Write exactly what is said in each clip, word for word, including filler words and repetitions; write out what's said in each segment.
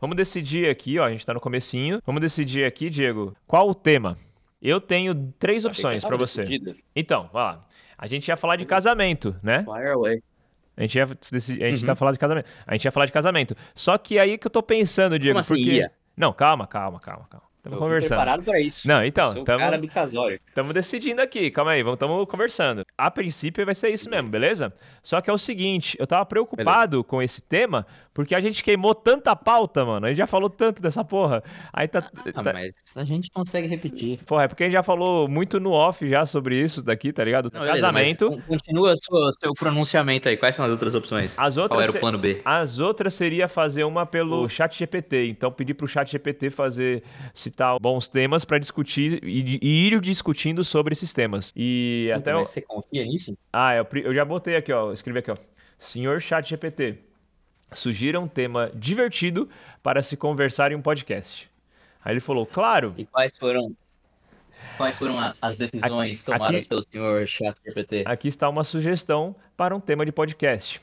Vamos decidir aqui, ó, a gente tá no comecinho. Vamos decidir aqui, Diego, qual o tema? Eu tenho três opções pra você. Decidido. Então, ó lá. A gente ia falar de casamento, né? Fire away. A gente ia decidir, a gente uhum. tá falando de casamento. A gente ia falar de casamento. Só que aí que eu tô pensando, Diego, Como assim porque... ia? Não, calma, calma, calma, calma. Estamos conversando. preparado para isso. Não, então, eu sou cara do casório. Estamos decidindo aqui, calma aí, estamos conversando. A princípio vai ser isso mesmo, beleza? Só que é o seguinte, eu tava preocupado beleza. com esse tema, porque a gente queimou tanta pauta, mano. A gente já falou tanto dessa porra. Aí tá, ah, tá... mas a gente consegue repetir. Porra, é porque a gente já falou muito no off já sobre isso daqui, tá ligado? Não, beleza, casamento. Continua o seu pronunciamento aí. Quais são as outras opções? As outras Qual era o plano B? As outras seria fazer uma pelo chat G P T. Então pedir pro chat G P T fazer, citar bons temas pra discutir e, e ir discutindo sobre esses temas. E então, até mas eu... você confia nisso? Ah, eu, eu já botei aqui, ó. Escrevi aqui, ó. Senhor chat G P T, sugira um tema divertido para se conversar em um podcast. Aí ele falou, claro. E quais foram, quais foram as decisões aqui, tomadas aqui, pelo senhor chat G P T? Aqui está uma sugestão para um tema de podcast.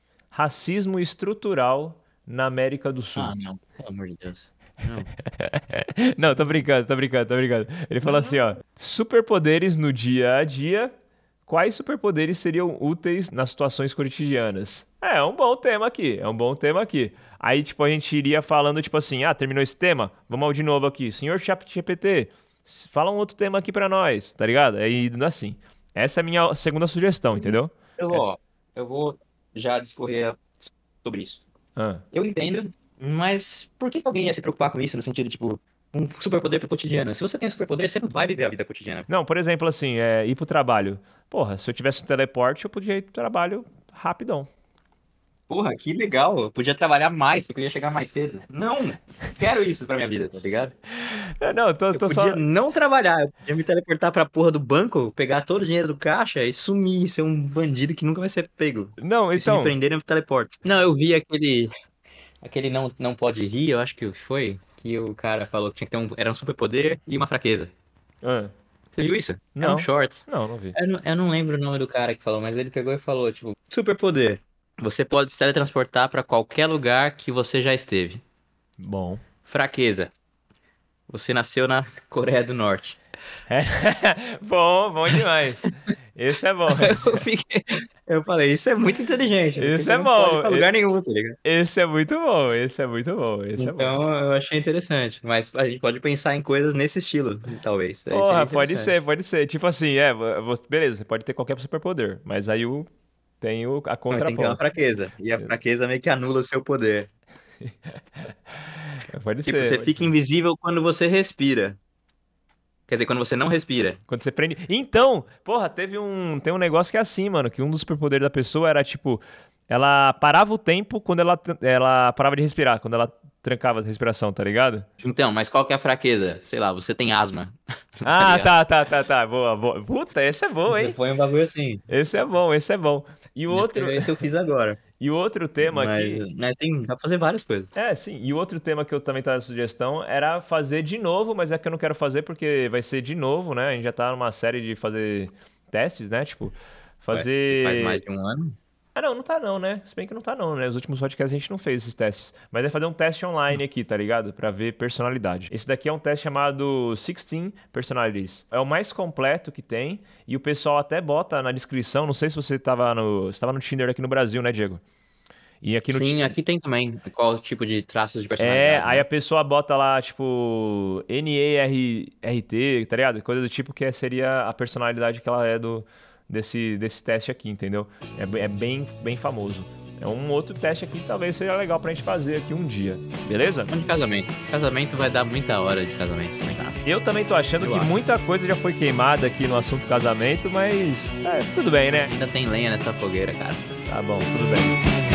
Racismo estrutural na América do Sul. Ah, não. Pelo amor de Deus. Não. Não, tô brincando, tô brincando, tô brincando. Ele falou assim, ó. Superpoderes no dia a dia. Quais superpoderes seriam úteis nas situações cotidianas? É, é um bom tema aqui, é um bom tema aqui. Aí, tipo, a gente iria falando, tipo assim, ah, terminou esse tema? Vamos de novo aqui. Senhor chat G P T, fala um outro tema aqui pra nós, tá ligado? Aí, assim, essa é a minha segunda sugestão, entendeu? Eu vou, eu vou já discorrer sobre isso. Ah. Eu entendo, mas por que alguém ia se preocupar com isso no sentido, tipo... um superpoder pro cotidiano. Se você tem um superpoder, você não vai viver a vida cotidiana. Não, por exemplo, assim, é, ir pro trabalho. Porra, se eu tivesse um teleporte, eu podia ir pro trabalho rapidão. Porra, que legal. Eu podia trabalhar mais, porque eu ia chegar mais cedo. Não, quero isso pra minha vida, tá ligado? É, não, eu tô, eu tô podia só... não trabalhar, eu podia me teleportar pra porra do banco, pegar todo o dinheiro do caixa e sumir, ser um bandido que nunca vai ser pego. Não, porque então... se me prenderem, eu teleporto. Não, eu vi aquele... Aquele não, não pode rir, eu acho que foi... que o cara falou que tinha que ter um, era um superpoder e uma fraqueza. Ah. Você viu isso? Não. Era um short. Não, não vi. Eu não, eu não lembro o nome do cara que falou, mas ele pegou e falou, tipo, superpoder. Você pode se teletransportar pra qualquer lugar que você já esteve. Bom. Fraqueza. Você nasceu na Coreia do Norte. É. Bom, bom demais. Esse é bom. eu, fiquei... eu falei, isso é muito inteligente. Isso é não bom. Pode ir pra lugar esse... nenhum, tá ligado? Esse é muito bom, esse é muito bom. Esse então é bom. eu achei interessante. Mas a gente pode pensar em coisas nesse estilo, talvez. Porra, pode ser, pode ser. Tipo assim, é, beleza, você pode ter qualquer superpoder, mas aí o, tem o, a contraponto. Tem que ter uma fraqueza. E a fraqueza meio que anula o seu poder. Pode tipo, ser. você pode fica ser. invisível quando você respira. Quer dizer, quando você não respira. Quando você prende... Então, porra, teve um... Tem um negócio que é assim, mano, que um dos superpoderes da pessoa era, tipo... Ela parava o tempo quando ela, ela parava de respirar, quando ela trancava a respiração, tá ligado? Então, mas qual que é a fraqueza? Sei lá, você tem asma. Ah, tá, tá, tá, tá. Boa, boa. Puta, esse é bom, hein? Você põe um bagulho assim. Esse é bom, esse é bom. E o outro... Esse eu fiz agora. E o outro tema mas, aqui... Né, tem, dá pra fazer várias coisas. É, sim. E o outro tema que eu também tava na sugestão era fazer de novo, mas é que eu não quero fazer porque vai ser de novo, né? A gente já tá numa série de fazer testes, né? Tipo, fazer... Faz mais de um ano? Ah, não, não tá não, né? Se bem que não tá não, né? Os últimos podcasts a gente não fez esses testes. Mas é fazer um teste online aqui, tá ligado? Pra ver personalidade. Esse daqui é um teste chamado dezesseis Personalities. É o mais completo que tem. E o pessoal até bota na descrição. Não sei se você tava no... Você tava no Tinder aqui no Brasil, né, Diego? E aqui no Sim, Tinder... aqui tem também. Qual tipo de traços de personalidade. É, né? aí a pessoa bota lá, tipo... N E R T, tá ligado? Coisa do tipo que seria a personalidade que ela é do... Desse, desse teste aqui, entendeu? É, é bem, bem famoso. É um outro teste aqui que talvez seja legal pra gente fazer aqui um dia, beleza? Um de casamento. Casamento vai dar muita hora de casamento também, tá? Eu também tô achando Eu que acho. muita coisa já foi queimada aqui no assunto casamento, mas é, tudo bem, né? Ainda tem lenha nessa fogueira, cara. Tá bom, tudo bem.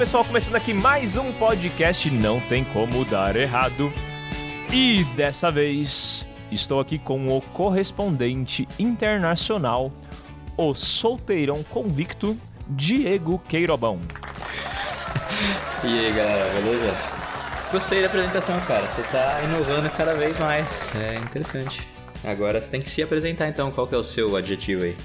pessoal, começando aqui mais um podcast Não Tem Como Dar Errado. E dessa vez estou aqui com o correspondente internacional, o solteirão convicto, Diego Queirobão. E aí, galera, beleza? Gostei da apresentação, cara. Você tá inovando cada vez mais. É interessante. Agora você tem que se apresentar, então. Qual que é o seu adjetivo aí?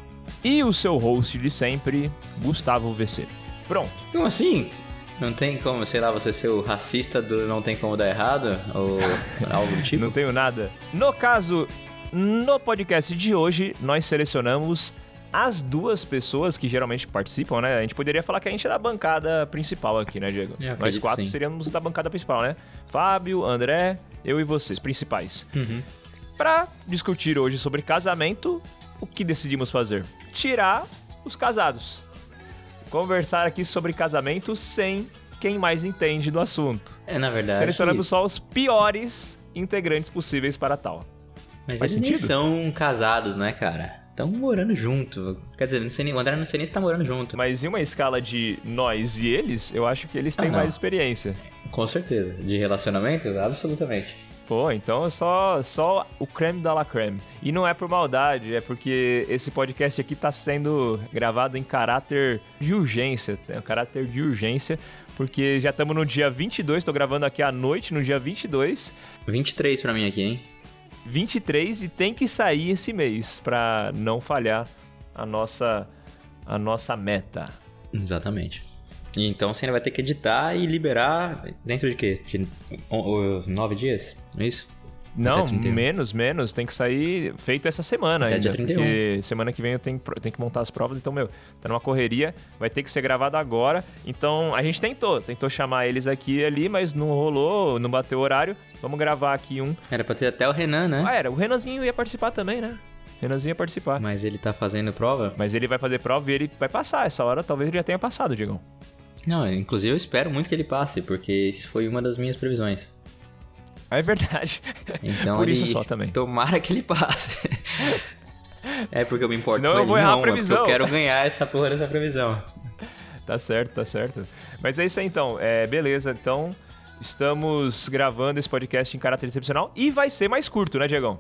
E o seu host de sempre, Gustavo V C. Pronto. Como assim? Não tem como, sei lá, você ser o racista do Não Tem Como Dar Errado? Ou algo do tipo? Não tenho nada. No caso, no podcast de hoje, nós selecionamos as duas pessoas que geralmente participam, né? A gente poderia falar que a gente é da bancada principal aqui, né, Diego? Eu Nós quatro sim. seríamos da bancada principal, né? Fábio, André, eu e vocês, principais. Uhum. Pra discutir hoje sobre casamento, o que decidimos fazer? Tirar os casados. Conversar aqui sobre casamento sem quem mais entende do assunto. É, na verdade... Selecionamos só os piores integrantes possíveis para tal. Mas Faz eles nem sentido? são casados, né, cara? Estão morando junto. Quer dizer, não sei nem, o André não sei nem se tá morando junto. Mas em uma escala de nós e eles, eu acho que eles têm Ah, não. mais experiência. Com certeza. De relacionamento? Absolutamente. Pô, então é só, só o creme da la creme. E não é por maldade, é porque esse podcast aqui tá sendo gravado em caráter de urgência. Tem um caráter de urgência, porque já estamos no dia vinte e dois, tô gravando aqui à noite, no dia vinte e dois. vinte e três pra mim aqui, hein? vinte e três e tem que sair esse mês pra não falhar a nossa, a nossa meta. Exatamente. E então você ainda vai ter que editar e liberar dentro de quê? De o- o- nove dias? É isso? Não, Até trinta e um. menos, menos. Tem que sair feito essa semana Até ainda. dia trinta e um. Porque semana que vem eu tenho, pro- tenho que montar as provas. Então, meu, tá numa correria. Vai ter que ser gravado agora. Então, a gente tentou. Tentou chamar eles aqui e ali, mas não rolou, não bateu o horário. Vamos gravar aqui um. Era pra ter até o Renan, né? Ah, era. O Renanzinho ia participar também, né? Renanzinho ia participar. Mas ele tá fazendo prova? Mas ele vai fazer prova e ele vai passar. Essa hora talvez ele já tenha passado, Diegão. Não, inclusive eu espero muito que ele passe, porque isso foi uma das minhas previsões. É verdade. Então Por ele... isso só também. Tomara que ele passe. É porque eu me importo Senão com eu ele. vou errar a Não, é porque previsão. eu quero ganhar essa porra dessa previsão. Tá certo, tá certo. Mas é isso aí então. É, beleza, então estamos gravando esse podcast em caráter excepcional e vai ser mais curto, né, Diegão?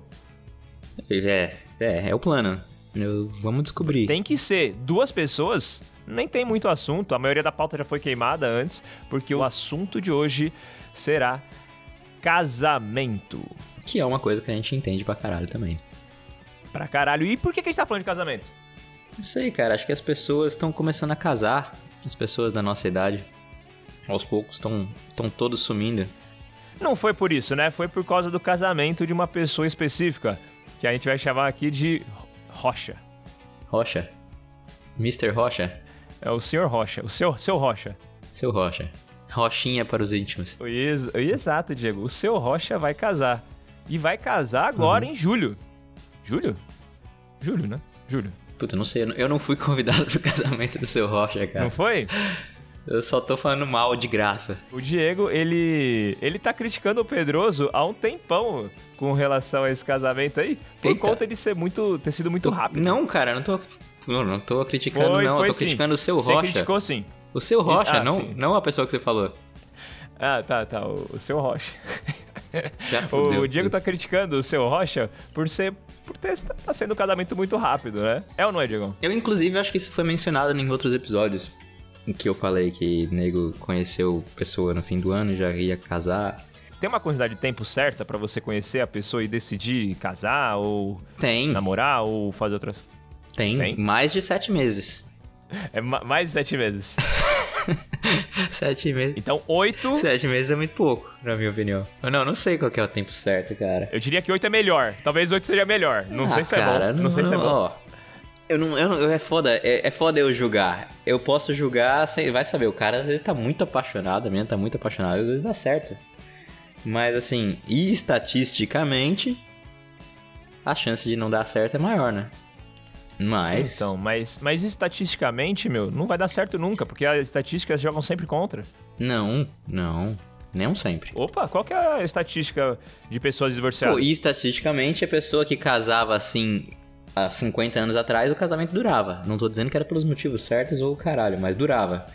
É, é, é o plano. Eu- vamos descobrir. Tem que ser duas pessoas, nem tem muito assunto, a maioria da pauta já foi queimada antes, porque o assunto de hoje será casamento. Que é uma coisa que a gente entende pra caralho também. Pra caralho. E por que que a gente tá falando de casamento? Não sei, cara. Acho que as pessoas estão começando a casar. As pessoas da nossa idade. Aos poucos estão estão todos sumindo. Não foi por isso, né? Foi por causa do casamento de uma pessoa específica, que a gente vai chamar aqui de Rocha. Rocha. mister Rocha. É o senhor Rocha, o seu, seu Rocha. Seu Rocha. Rochinha para os íntimos. O ex- Exato, Diego. O seu Rocha vai casar. E vai casar agora Uhum. em julho. Julho? Julho, né? Julho. Puta, eu não sei. eu não- Eu não fui convidado pro casamento do seu Rocha, cara. Não foi? Eu só tô falando mal de graça. O Diego, ele ele tá criticando o Pedroso há um tempão com relação a esse casamento aí, por Eita. conta de ser muito, ter sido muito Tô- rápido. Não, cara, eu não tô. Não, não tô criticando, Foi, não. foi eu tô sim. criticando o seu Você Rocha. criticou sim. O seu Rocha, Ah, não, sim. não a pessoa que você falou. Ah, tá, tá. O, o seu Rocha. Já fudeu. O Diego tá criticando o seu Rocha por ser. Por ter, tá sendo um casamento muito rápido, né? É ou não é, Diego? Eu, inclusive, acho que isso foi mencionado em outros episódios. Em que eu falei que nego conheceu pessoa no fim do ano e já ia casar. Tem uma quantidade de tempo certa pra você conhecer a pessoa e decidir casar ou Tem, namorar ou fazer outras. tem, tem? mais de sete meses. É ma- mais de sete meses. Sete meses. Então, oito. Sete meses é muito pouco, na minha opinião. Eu não, não sei qual que é o tempo certo, cara. Eu diria que oito é melhor. Talvez oito seja melhor. Não Ah, sei se cara, é bom. Não, sei se é bom. ó. Eu não, eu não, eu- é foda, é, é foda eu julgar. Eu posso julgar, sei- vai saber, o cara às vezes tá muito apaixonado, a menina tá muito apaixonada, às vezes dá certo. Mas assim, e estatisticamente, a chance de não dar certo é maior, né? Mas... Então, mas, mas estatisticamente, meu, não vai dar certo nunca, porque as estatísticas jogam sempre contra. Não, não, não sempre. Opa, qual que é a estatística de pessoas divorciadas? Pô, e estatisticamente, a pessoa que casava assim há cinquenta anos atrás, o casamento durava. Não tô dizendo que era pelos motivos certos ou o caralho, mas durava.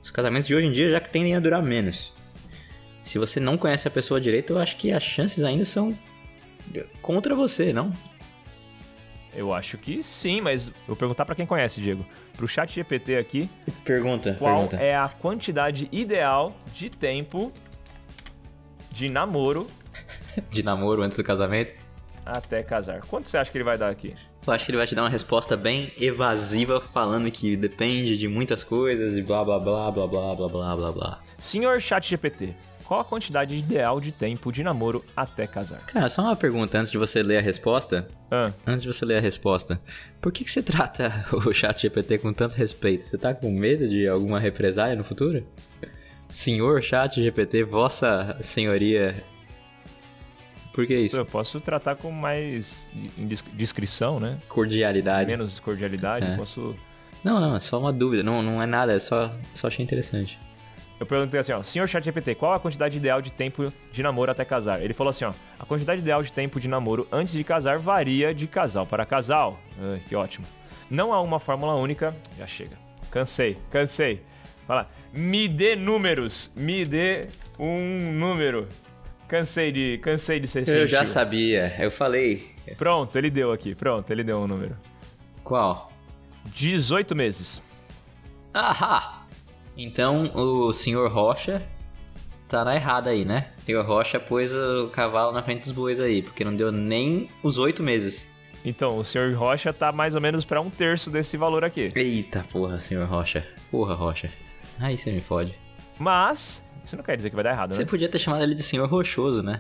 Os casamentos de hoje em dia já tendem a durar menos. Se você não conhece a pessoa direito, eu acho que as chances ainda são contra você, não? Eu acho que sim, mas vou perguntar pra quem conhece, Diego. Pro chat G P T aqui, Pergunta, qual pergunta. é a quantidade ideal de tempo de namoro De namoro antes do casamento? até casar? Quanto você acha que ele vai dar aqui? Eu acho que ele vai te dar uma resposta bem evasiva, falando que depende de muitas coisas e blá blá blá blá blá blá blá blá blá. Senhor chat G P T, qual a quantidade ideal de tempo de namoro até casar? Cara, só uma pergunta antes de você ler a resposta. Ah, Antes de você ler a resposta, por que, que você trata o chat G P T com tanto respeito? Você tá com medo de alguma represália no futuro? Senhor chat G P T, vossa senhoria... Por que isso? eu posso tratar com mais indis- discrição, né? Cordialidade. Menos cordialidade, É. posso... Não, não, é só uma dúvida. Não, não é nada, é só, só achei interessante. Eu perguntei assim, ó, senhor chat G P T, qual a quantidade ideal de tempo de namoro até casar? Ele falou assim, ó, a quantidade ideal de tempo de namoro antes de casar varia de casal para casal. Ah, que ótimo. Não há uma fórmula única. Já chega. Cansei, cansei. Vai lá. Me dê números. Me dê um número. Cansei de, cansei de ser Eu já gentil. sabia, eu falei. Pronto, ele deu aqui. Pronto, ele deu um número. Qual? dezoito meses. Ahá! Então o senhor Rocha tá na errada aí, né? O senhor Rocha pôs o cavalo na frente dos bois aí, porque não deu nem os oito meses. Então, o senhor Rocha tá mais ou menos para um terço desse valor aqui. Eita porra, senhor Rocha. Porra, Rocha. Aí você me fode. Mas, isso não quer dizer que vai dar errado, Você né? podia ter chamado ele de senhor Rochoso, né?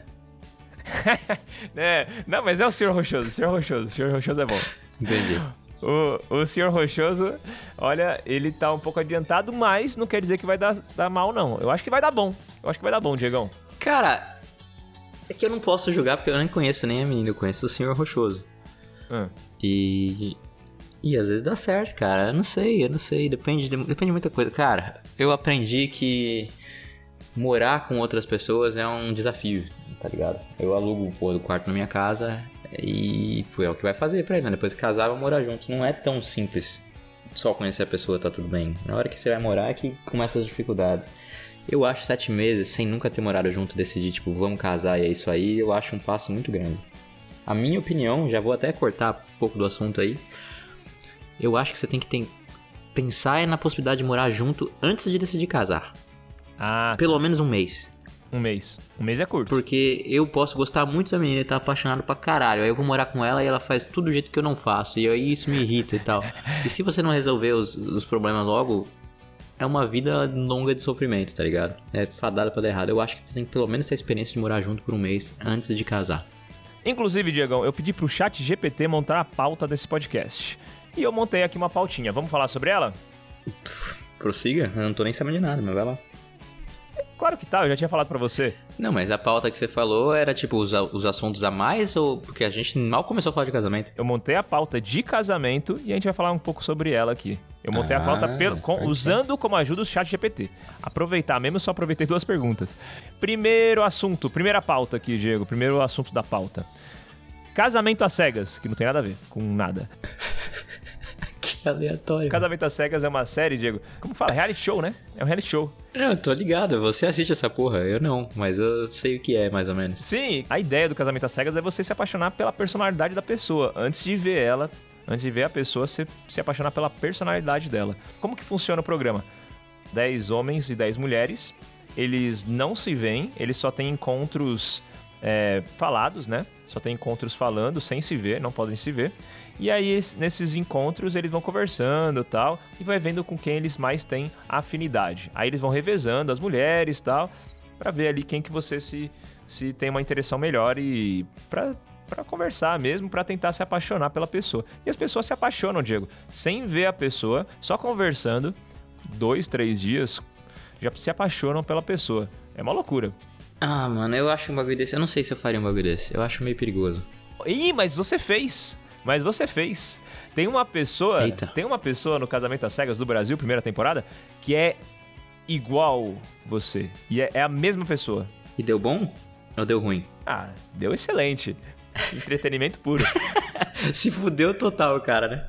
É, não, mas é o senhor Rochoso, o senhor Rochoso, o senhor Rochoso é bom. Entendi. O, o senhor Rochoso, olha, ele tá um pouco adiantado, mas não quer dizer que vai dar, dar mal, não. Eu acho que vai dar bom. Eu acho que vai dar bom, Diegão. Cara, é que eu não posso julgar porque eu nem conheço nem a menina, eu conheço o senhor Rochoso. Hum. E. E às vezes dá certo, cara. Eu não sei, eu não sei. Depende de, depende de muita coisa. Cara, eu aprendi que morar com outras pessoas é um desafio, tá ligado? Eu alugo pô, do quarto na minha casa e pô, é o que vai fazer pra ele, né? Depois que casar, vai morar junto. Não é tão simples só conhecer a pessoa, tá tudo bem. Na hora que você vai morar é que começam as dificuldades. Eu acho sete meses, sem nunca ter morado junto, decidir, tipo, vamos casar e é isso aí, eu acho um passo muito grande. A minha opinião, já vou até cortar um pouco do assunto aí, eu acho que você tem que ter, pensar na possibilidade de morar junto antes de decidir casar. Ah, Pelo menos um mês. um mês. Um mês é curto. Porque eu posso gostar muito da menina e estar apaixonado pra caralho. Aí eu vou morar com ela e ela faz tudo do jeito que eu não faço. E aí isso me irrita e tal. E se você não resolver os, os problemas logo, é uma vida longa de sofrimento, tá ligado? É fadada pra dar errado. Eu acho que você tem que pelo menos ter a experiência de morar junto por um mês antes de casar. Inclusive, Diegão, eu pedi pro chat G P T montar a pauta desse podcast. E eu montei aqui uma pautinha. Vamos falar sobre ela? Prossiga, eu não tô nem sabendo de nada, mas vai lá. Claro que tá, eu já tinha falado pra você. Não, mas a pauta que você falou era tipo os, os assuntos a mais ou porque a gente mal começou a falar de casamento? Eu montei a pauta de casamento e a gente vai falar um pouco sobre ela aqui. Eu montei Ah, a pauta pelo, com- perfeito. usando como ajuda o chat G P T. Aproveitar mesmo, eu só aproveitei duas perguntas. Primeiro assunto, primeira pauta aqui, Diego. Primeiro assunto da pauta. Casamento às cegas, que não tem nada a ver com nada. Que aleatório. Casamento às cegas é uma série, Diego. Como fala? Reality show, né? É um reality show. Não, eu tô ligado, você assiste essa porra, eu não, mas eu sei o que é, mais ou menos. Sim, a ideia do casamento às cegas é você se apaixonar pela personalidade da pessoa. Antes de ver ela, antes de ver a pessoa, você se apaixonar pela personalidade dela. Como que funciona o programa? dez homens e dez mulheres. Eles não se veem, eles só têm encontros é, falados, né? Só tem encontros falando, sem se ver, não podem se ver. E aí, es- nesses encontros, eles vão conversando e tal, e vai vendo com quem eles mais têm afinidade. Aí eles vão revezando as mulheres e tal, pra ver ali quem que você se, se tem uma interação melhor e pra, pra conversar mesmo, pra tentar se apaixonar pela pessoa. E as pessoas se apaixonam, Diego, sem ver a pessoa, só conversando, dois, três dias, já se apaixonam pela pessoa. É uma loucura. Ah, mano, eu acho um bagulho desse, eu não sei se eu faria um bagulho desse, eu acho meio perigoso. Ih, mas você fez. Mas você fez. Tem uma pessoa, Eita. tem uma pessoa no Casamento às Cegas do Brasil, primeira temporada, que é igual você. E é, é a mesma pessoa. E deu bom ou deu ruim? Ah, deu excelente. Entretenimento puro. Se fudeu total, cara, né?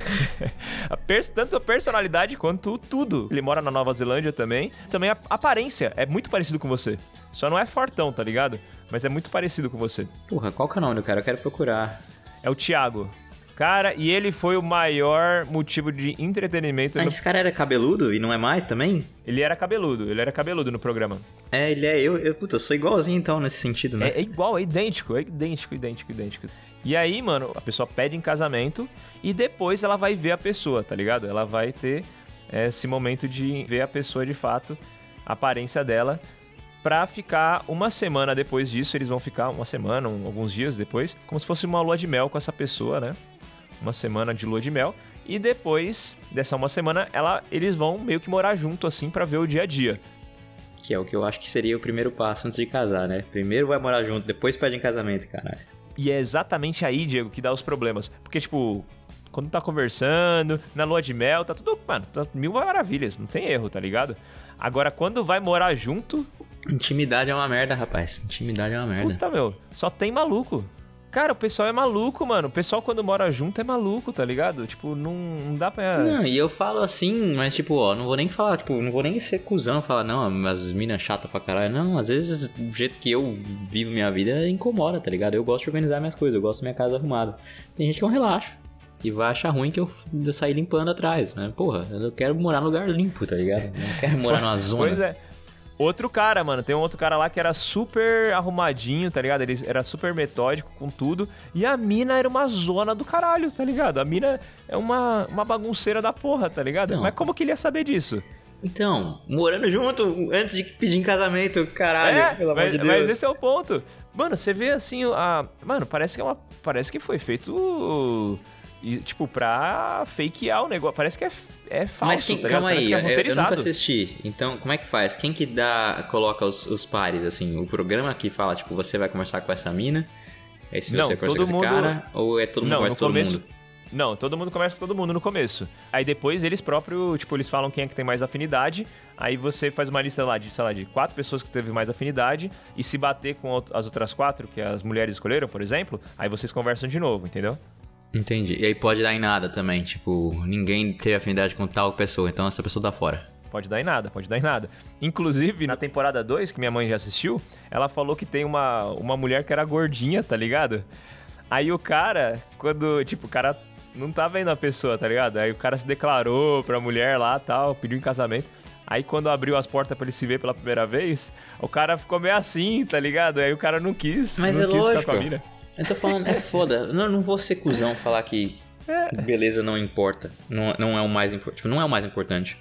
A pers- tanto a personalidade quanto tudo. Ele mora na Nova Zelândia também. Também a aparência é muito parecido com você. Só não é fortão, tá ligado? Mas é muito parecido com você. Porra, qual que é o nome do cara? Eu quero procurar. É o Thiago. Cara, e ele foi o maior motivo de entretenimento. Ah, no... esse cara era cabeludo e não é mais também? Ele era cabeludo, ele era cabeludo no programa. É, ele é. Eu, eu puta, eu sou igualzinho então nesse sentido, né? É, é igual, é idêntico, é idêntico, idêntico, idêntico. E aí, mano, a pessoa pede em casamento e depois ela vai ver a pessoa, tá ligado? Ela vai ter esse momento de ver a pessoa de fato, a aparência dela, pra ficar uma semana depois disso. Eles vão ficar uma semana, um, alguns dias depois, como se fosse uma lua de mel com essa pessoa, né? Uma semana de lua de mel. E depois dessa uma semana, ela, eles vão meio que morar junto, assim, pra ver o dia a dia. Que é o que eu acho que seria o primeiro passo antes de casar, né? Primeiro vai morar junto, depois pede em casamento, caralho. E é exatamente aí, Diego, que dá os problemas. Porque, tipo, quando tá conversando, na lua de mel, tá tudo... Mano, tá mil maravilhas, não tem erro, tá ligado? Agora, quando vai morar junto... Intimidade é uma merda, rapaz. Intimidade é uma merda. Puta, meu, só tem maluco. Cara, o pessoal é maluco, mano. O pessoal, quando mora junto, é maluco, tá ligado? Tipo, não, não dá pra... Não, e eu falo assim, mas tipo, ó, não vou nem falar, tipo, não vou nem ser cuzão, falar, não, as minas chatas pra caralho. Não, às vezes, do jeito que eu vivo minha vida, incomoda, tá ligado? Eu gosto de organizar minhas coisas, eu gosto da minha casa arrumada. Tem gente que é um relaxo. E vai achar ruim que eu, eu sair limpando atrás, né? Porra, eu quero morar num lugar limpo, tá ligado? Não quero morar numa zona. Pois é. Outro cara, mano, tem um outro cara lá que era super arrumadinho, tá ligado? Ele era super metódico com tudo. E a mina era uma zona do caralho, tá ligado? A mina é uma, uma bagunceira da porra, tá ligado? Não. Mas como que ele ia saber disso? Então, morando junto antes de pedir em casamento, caralho, é, pelo mas, amor de Deus. mas esse é o ponto. Mano, você vê assim, a... Mano, parece que é uma... Parece que foi feito... E, tipo, pra fakear o negócio. Parece que é, é falso, Mas quem, tá calma Parece aí, que é eu, eu roteirizado. nunca assisti. Então, como é que faz? Quem que dá, coloca os, os pares, assim? O programa que fala, tipo, você vai conversar com essa mina, aí se Não, você conversa com esse todo mundo- cara, ou é todo mundo Não, conversa no com todo começo... mundo? Não, todo mundo conversa com todo mundo no começo. Aí depois eles próprios, tipo, eles falam quem é que tem mais afinidade. Aí você faz uma lista lá de, sei lá, de quatro pessoas que teve mais afinidade. E se bater com out- as outras quatro, que as mulheres escolheram, por exemplo, aí vocês conversam de novo, entendeu? Entendi. E aí pode dar em nada também, tipo, ninguém teve afinidade com tal pessoa, então essa pessoa tá fora. Pode dar em nada, pode dar em nada. Inclusive, na temporada dois, que minha mãe já assistiu, ela falou que tem uma, uma mulher que era gordinha, tá ligado? Aí o cara, quando, tipo, o cara não tá vendo a pessoa, tá ligado? Aí o cara se declarou pra mulher lá, tal, pediu em casamento. Aí quando abriu as portas pra ele se ver pela primeira vez, o cara ficou meio assim, tá ligado? Aí o cara não quis, Mas não é quis lógico. ficar com a mina. Eu tô falando, é foda. Eu não, não vou ser cuzão falar que beleza não importa. Não, não é o mais importante. Tipo, não é o mais importante.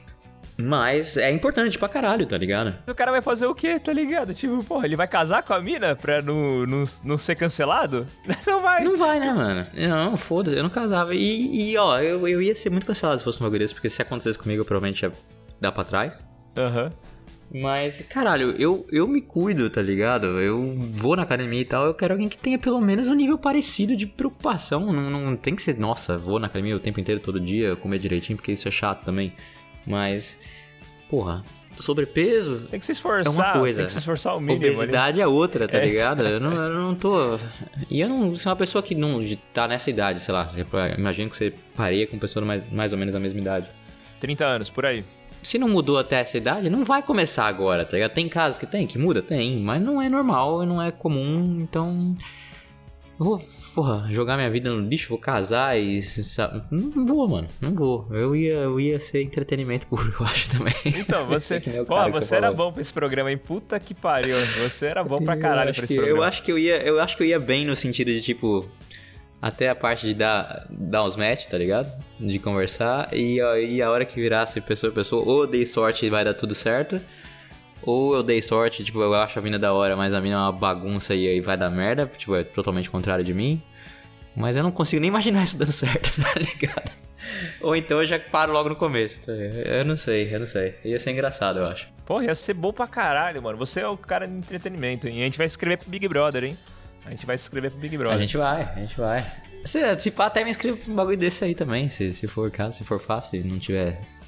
Mas é importante pra caralho, tá ligado? O cara vai fazer o quê, tá ligado? Tipo, porra, ele vai casar com a mina pra não, não, não ser cancelado? Não vai. Não vai, né, mano? Não, foda-se, eu não casava. E, e ó, eu, eu ia ser muito cancelado se fosse uma guria, porque se acontecesse comigo, eu provavelmente ia dar pra trás. Aham. Mas, caralho, eu, eu me cuido, tá ligado? Eu vou na academia e tal, eu quero alguém que tenha pelo menos um nível parecido de preocupação. Não, não tem que ser, nossa, vou na academia o tempo inteiro, todo dia, comer direitinho, porque isso é chato também. Mas, porra, sobrepeso Tem que se é esforçar, uma coisa. tem que se esforçar o mínimo ali. Obesidade é outra, tá É. ligado? Eu não, eu não tô... E eu não sou uma pessoa que não tá nessa idade, sei lá. Imagino que você pareia com pessoa mais, mais ou menos da mesma idade. trinta anos, por aí. Se não mudou até essa idade, não vai começar agora, tá ligado? Tem casos que tem, que muda? Tem, mas não é normal, não é comum, então... Eu vou, porra, jogar minha vida no lixo, vou casar e... Sabe? Não vou, mano, não vou. Eu ia, eu ia ser entretenimento puro, eu acho também. Então, você... Que nem o Pô, cara que você você era falou. bom pra esse programa, hein? Puta que pariu. Você era bom pra caralho eu acho pra esse que, programa. Eu acho que eu ia, eu acho que eu ia bem no sentido de, tipo... Até a parte de dar, dar uns match, tá ligado? De conversar. E, e a hora que virasse pessoa a pessoa, ou eu dei sorte e vai dar tudo certo. Ou eu dei sorte, tipo, eu acho a mina da hora, mas a mina é uma bagunça e aí vai dar merda. Tipo, é totalmente contrário de mim. Mas eu não consigo nem imaginar isso dando certo, tá ligado? Ou então eu já paro logo no começo, tá ligado? Eu não sei, eu não sei. Ia ser engraçado, eu acho. Porra, ia ser bom pra caralho, mano. Você é o cara de entretenimento, hein? E a gente vai escrever pro Big Brother, hein? A gente vai se inscrever pro Big Brother. A gente vai, a gente vai. Se, se pá, até me inscrevo pra um bagulho desse aí também, se, se for caso, se for fácil e não tiver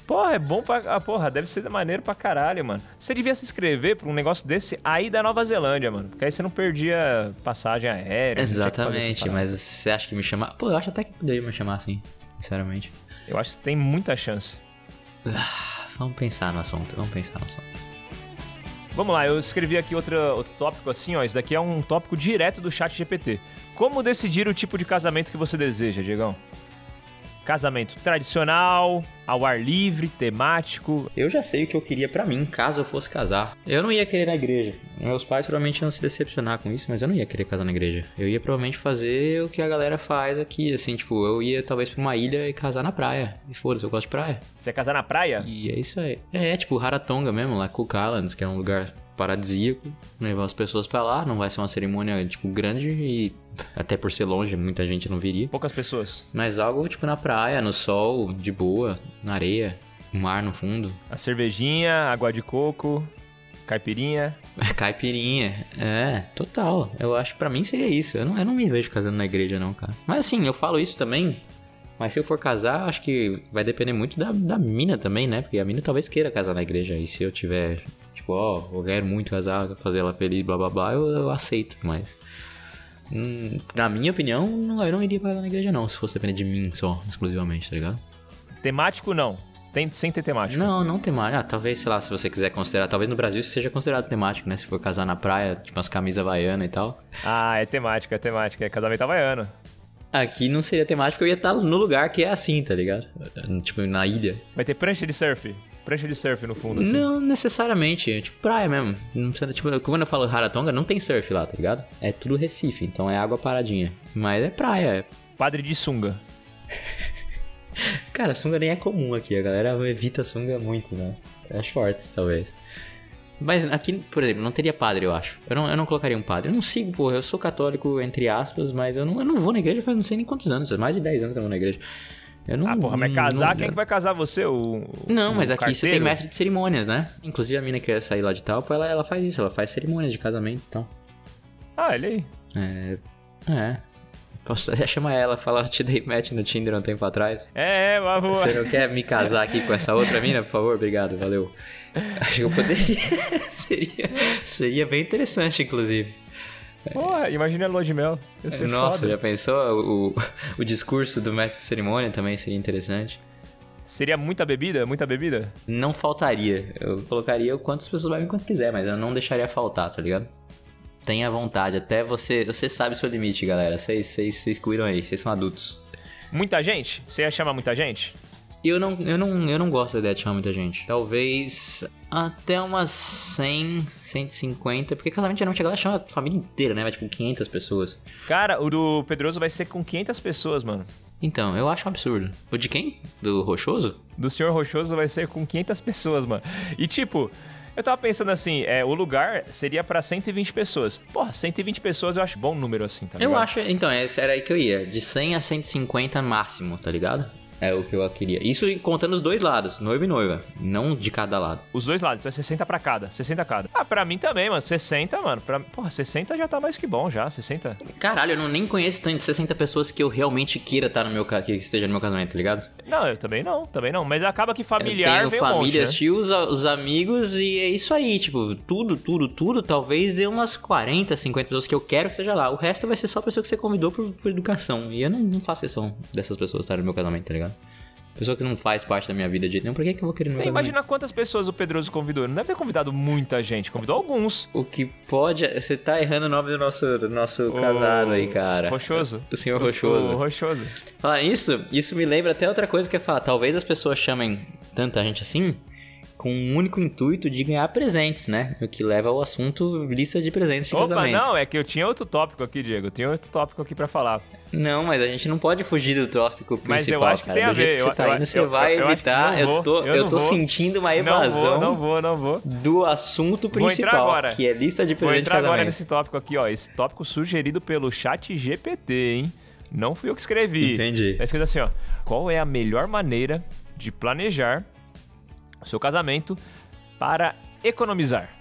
Porra, é bom pra... Ah, porra, deve ser maneiro pra caralho, mano. Você devia se inscrever pra um negócio desse aí da Nova Zelândia, mano. Porque aí você não perdia passagem aérea. Exatamente, mas você acha que me chamar... Pô, eu acho até que poderia me chamar assim, sinceramente. Eu acho que tem muita chance. Ah, vamos pensar no assunto, vamos pensar no assunto. Vamos lá, eu escrevi aqui outro, outro tópico assim, ó. Esse daqui é um tópico direto do chat G P T. Como decidir o tipo de casamento que você deseja, Diegão? Casamento tradicional, ao ar livre, temático. Eu já sei o que eu queria pra mim, caso eu fosse casar. Eu não ia querer na igreja. Meus pais provavelmente iam se decepcionar com isso, mas eu não ia querer casar na igreja. Eu ia provavelmente fazer o que a galera faz aqui, assim, tipo, eu ia talvez pra uma ilha e casar na praia. E foda-se, eu gosto de praia. Você ia casar na praia? E é isso aí. É, tipo, Rarotonga mesmo, lá, Cook Islands, que é um lugar paradisíaco, levar as pessoas pra lá, não vai ser uma cerimônia, tipo, grande e até por ser longe, muita gente não viria. Poucas pessoas. Mas algo, tipo, na praia, no sol, de boa, na areia, mar no fundo. A cervejinha, água de coco, caipirinha. Caipirinha, é, total. Eu acho que pra mim seria isso. Eu não, eu não me vejo casando na igreja não, cara. Mas assim, eu falo isso também, mas se eu for casar, acho que vai depender muito da, da mina também, né? Porque a mina talvez queira casar na igreja. E se eu tiver... Tipo, ó, oh, eu quero muito casar, fazer ela feliz, blá blá blá, eu, eu aceito, mas... Hum, na minha opinião, não, eu não iria casar na igreja não, se fosse depender de mim só, exclusivamente, tá ligado? Temático não, Tem, sem ter temático. Não, não temático, ah, talvez, sei lá, se você quiser considerar, talvez no Brasil isso seja considerado temático, né? Se for casar na praia, tipo umas camisas havaianas e tal. Ah, é temático, é temático, é casamento havaiano. Aqui não seria temático, eu ia estar no lugar que é assim, tá ligado? Tipo, na ilha. Vai ter prancha de surf? Prancha de surf no fundo, assim. Não necessariamente, é tipo praia mesmo. Não precisa, tipo, quando eu falo Rarotonga, não tem surf lá, tá ligado? É tudo Recife, então é água paradinha. Mas é praia. É... Padre de sunga. Cara, sunga nem é comum aqui, a galera evita sunga muito, né? É shorts, talvez. Mas aqui, por exemplo, não teria padre, eu acho. Eu não, eu não colocaria um padre. Eu não sigo, porra, eu sou católico, entre aspas, mas eu não, eu não vou na igreja faz não sei nem quantos anos, mais de dez anos que eu não vou na igreja. Eu não, ah, porra, mas casar, não, quem é que vai casar você? O, não, o mas aqui carteiro? Você tem mestre de cerimônias, né? Inclusive a mina que quer sair lá de Talpa, ela, ela faz isso, ela faz cerimônias de casamento e tal. Ah, ele aí. É. É. Posso até chamar ela, falar, te dei match no Tinder um tempo atrás. É, é, mas vou... Você não quer me casar aqui com essa outra mina, por favor? Obrigado, valeu. Acho que eu poderia. seria, seria bem interessante, inclusive. Porra, imagina a lua de mel. Ia ser Nossa, foda. já pensou? O, o discurso do mestre de cerimônia também seria interessante. Seria muita bebida? Muita bebida? Não faltaria. Eu colocaria o quantas pessoas bebem quanto quiser, mas eu não deixaria faltar, tá ligado? Tenha vontade, até você... Você sabe o seu limite, galera. Vocês, vocês, vocês cuidam aí, vocês são adultos. Muita gente? Você ia chamar muita gente? Eu não, eu, não, eu não gosto da ideia de chamar muita gente. Talvez até umas cem, cento e cinquenta. Porque casamento geralmente a galera chama a família inteira, né? Vai tipo quinhentas pessoas. Cara, o do Pedroso vai ser com quinhentas pessoas, mano. Então, eu acho um absurdo. O de quem? Do Rochoso? Do senhor Rochoso vai ser com quinhentas pessoas, mano. E tipo... Eu tava pensando assim, é, o lugar seria pra cento e vinte pessoas. Porra, cento e vinte pessoas eu acho bom número assim, tá ligado? Eu acho, então, esse era aí que eu ia. De cem a cento e cinquenta máximo, tá ligado? É o que eu queria. Isso contando os dois lados, noivo e noiva. Não de cada lado. Os dois lados, então é sessenta pra cada. sessenta cada. Ah, pra mim também, mano. sessenta, mano. Pra... Porra, sessenta já tá mais que bom já. sessenta. Caralho, eu não, nem conheço tanto de sessenta pessoas que eu realmente queira estar no meu que esteja no meu casamento, tá ligado? Não, eu também não, também não. Mas acaba que familiar eu vem tenho um família, monte, né? tios, os amigos e é isso aí. Tipo, tudo, tudo, tudo. Talvez dê umas quarenta, cinquenta pessoas que eu quero que seja lá. O resto vai ser só pessoa que você convidou por, por educação. E eu não, não faço questão dessas pessoas estarem no meu casamento, tá ligado? Pessoa que não faz parte da minha vida de jeito nenhum, por que, que eu vou querer no meu Tem, casamento? imagina quantas pessoas o Pedroso convidou. Não deve ter convidado muita gente, convidou alguns. O que pode... Você tá errando o nome do nosso, do nosso o... casado aí, cara. Rochoso. O senhor Rochoso. O Rochoso. Falar nisso, isso me lembra até outra coisa que eu ia falar. Talvez as pessoas chamem tanta gente assim com um único intuito de ganhar presentes, né? O que leva ao assunto lista de presentes de Opa, casamento. não, é que eu tinha outro tópico aqui, Diego. Eu tinha outro tópico aqui pra falar. Não, mas a gente não pode fugir do tópico principal, mas eu acho que cara. tem a Do jeito ver. que você eu, tá eu, indo, você eu, vai eu, evitar. Eu, eu tô, eu, eu tô vou. sentindo uma evasão não vou, não vou, não vou. do assunto principal, vou entrar agora. que é lista de presentes de casamento. Vou entrar agora nesse tópico aqui, ó. Esse tópico sugerido pelo chat G P T, hein? Não fui eu que escrevi. Entendi. Tá escrito assim, ó. Qual é a melhor maneira de planejar o seu casamento para economizar?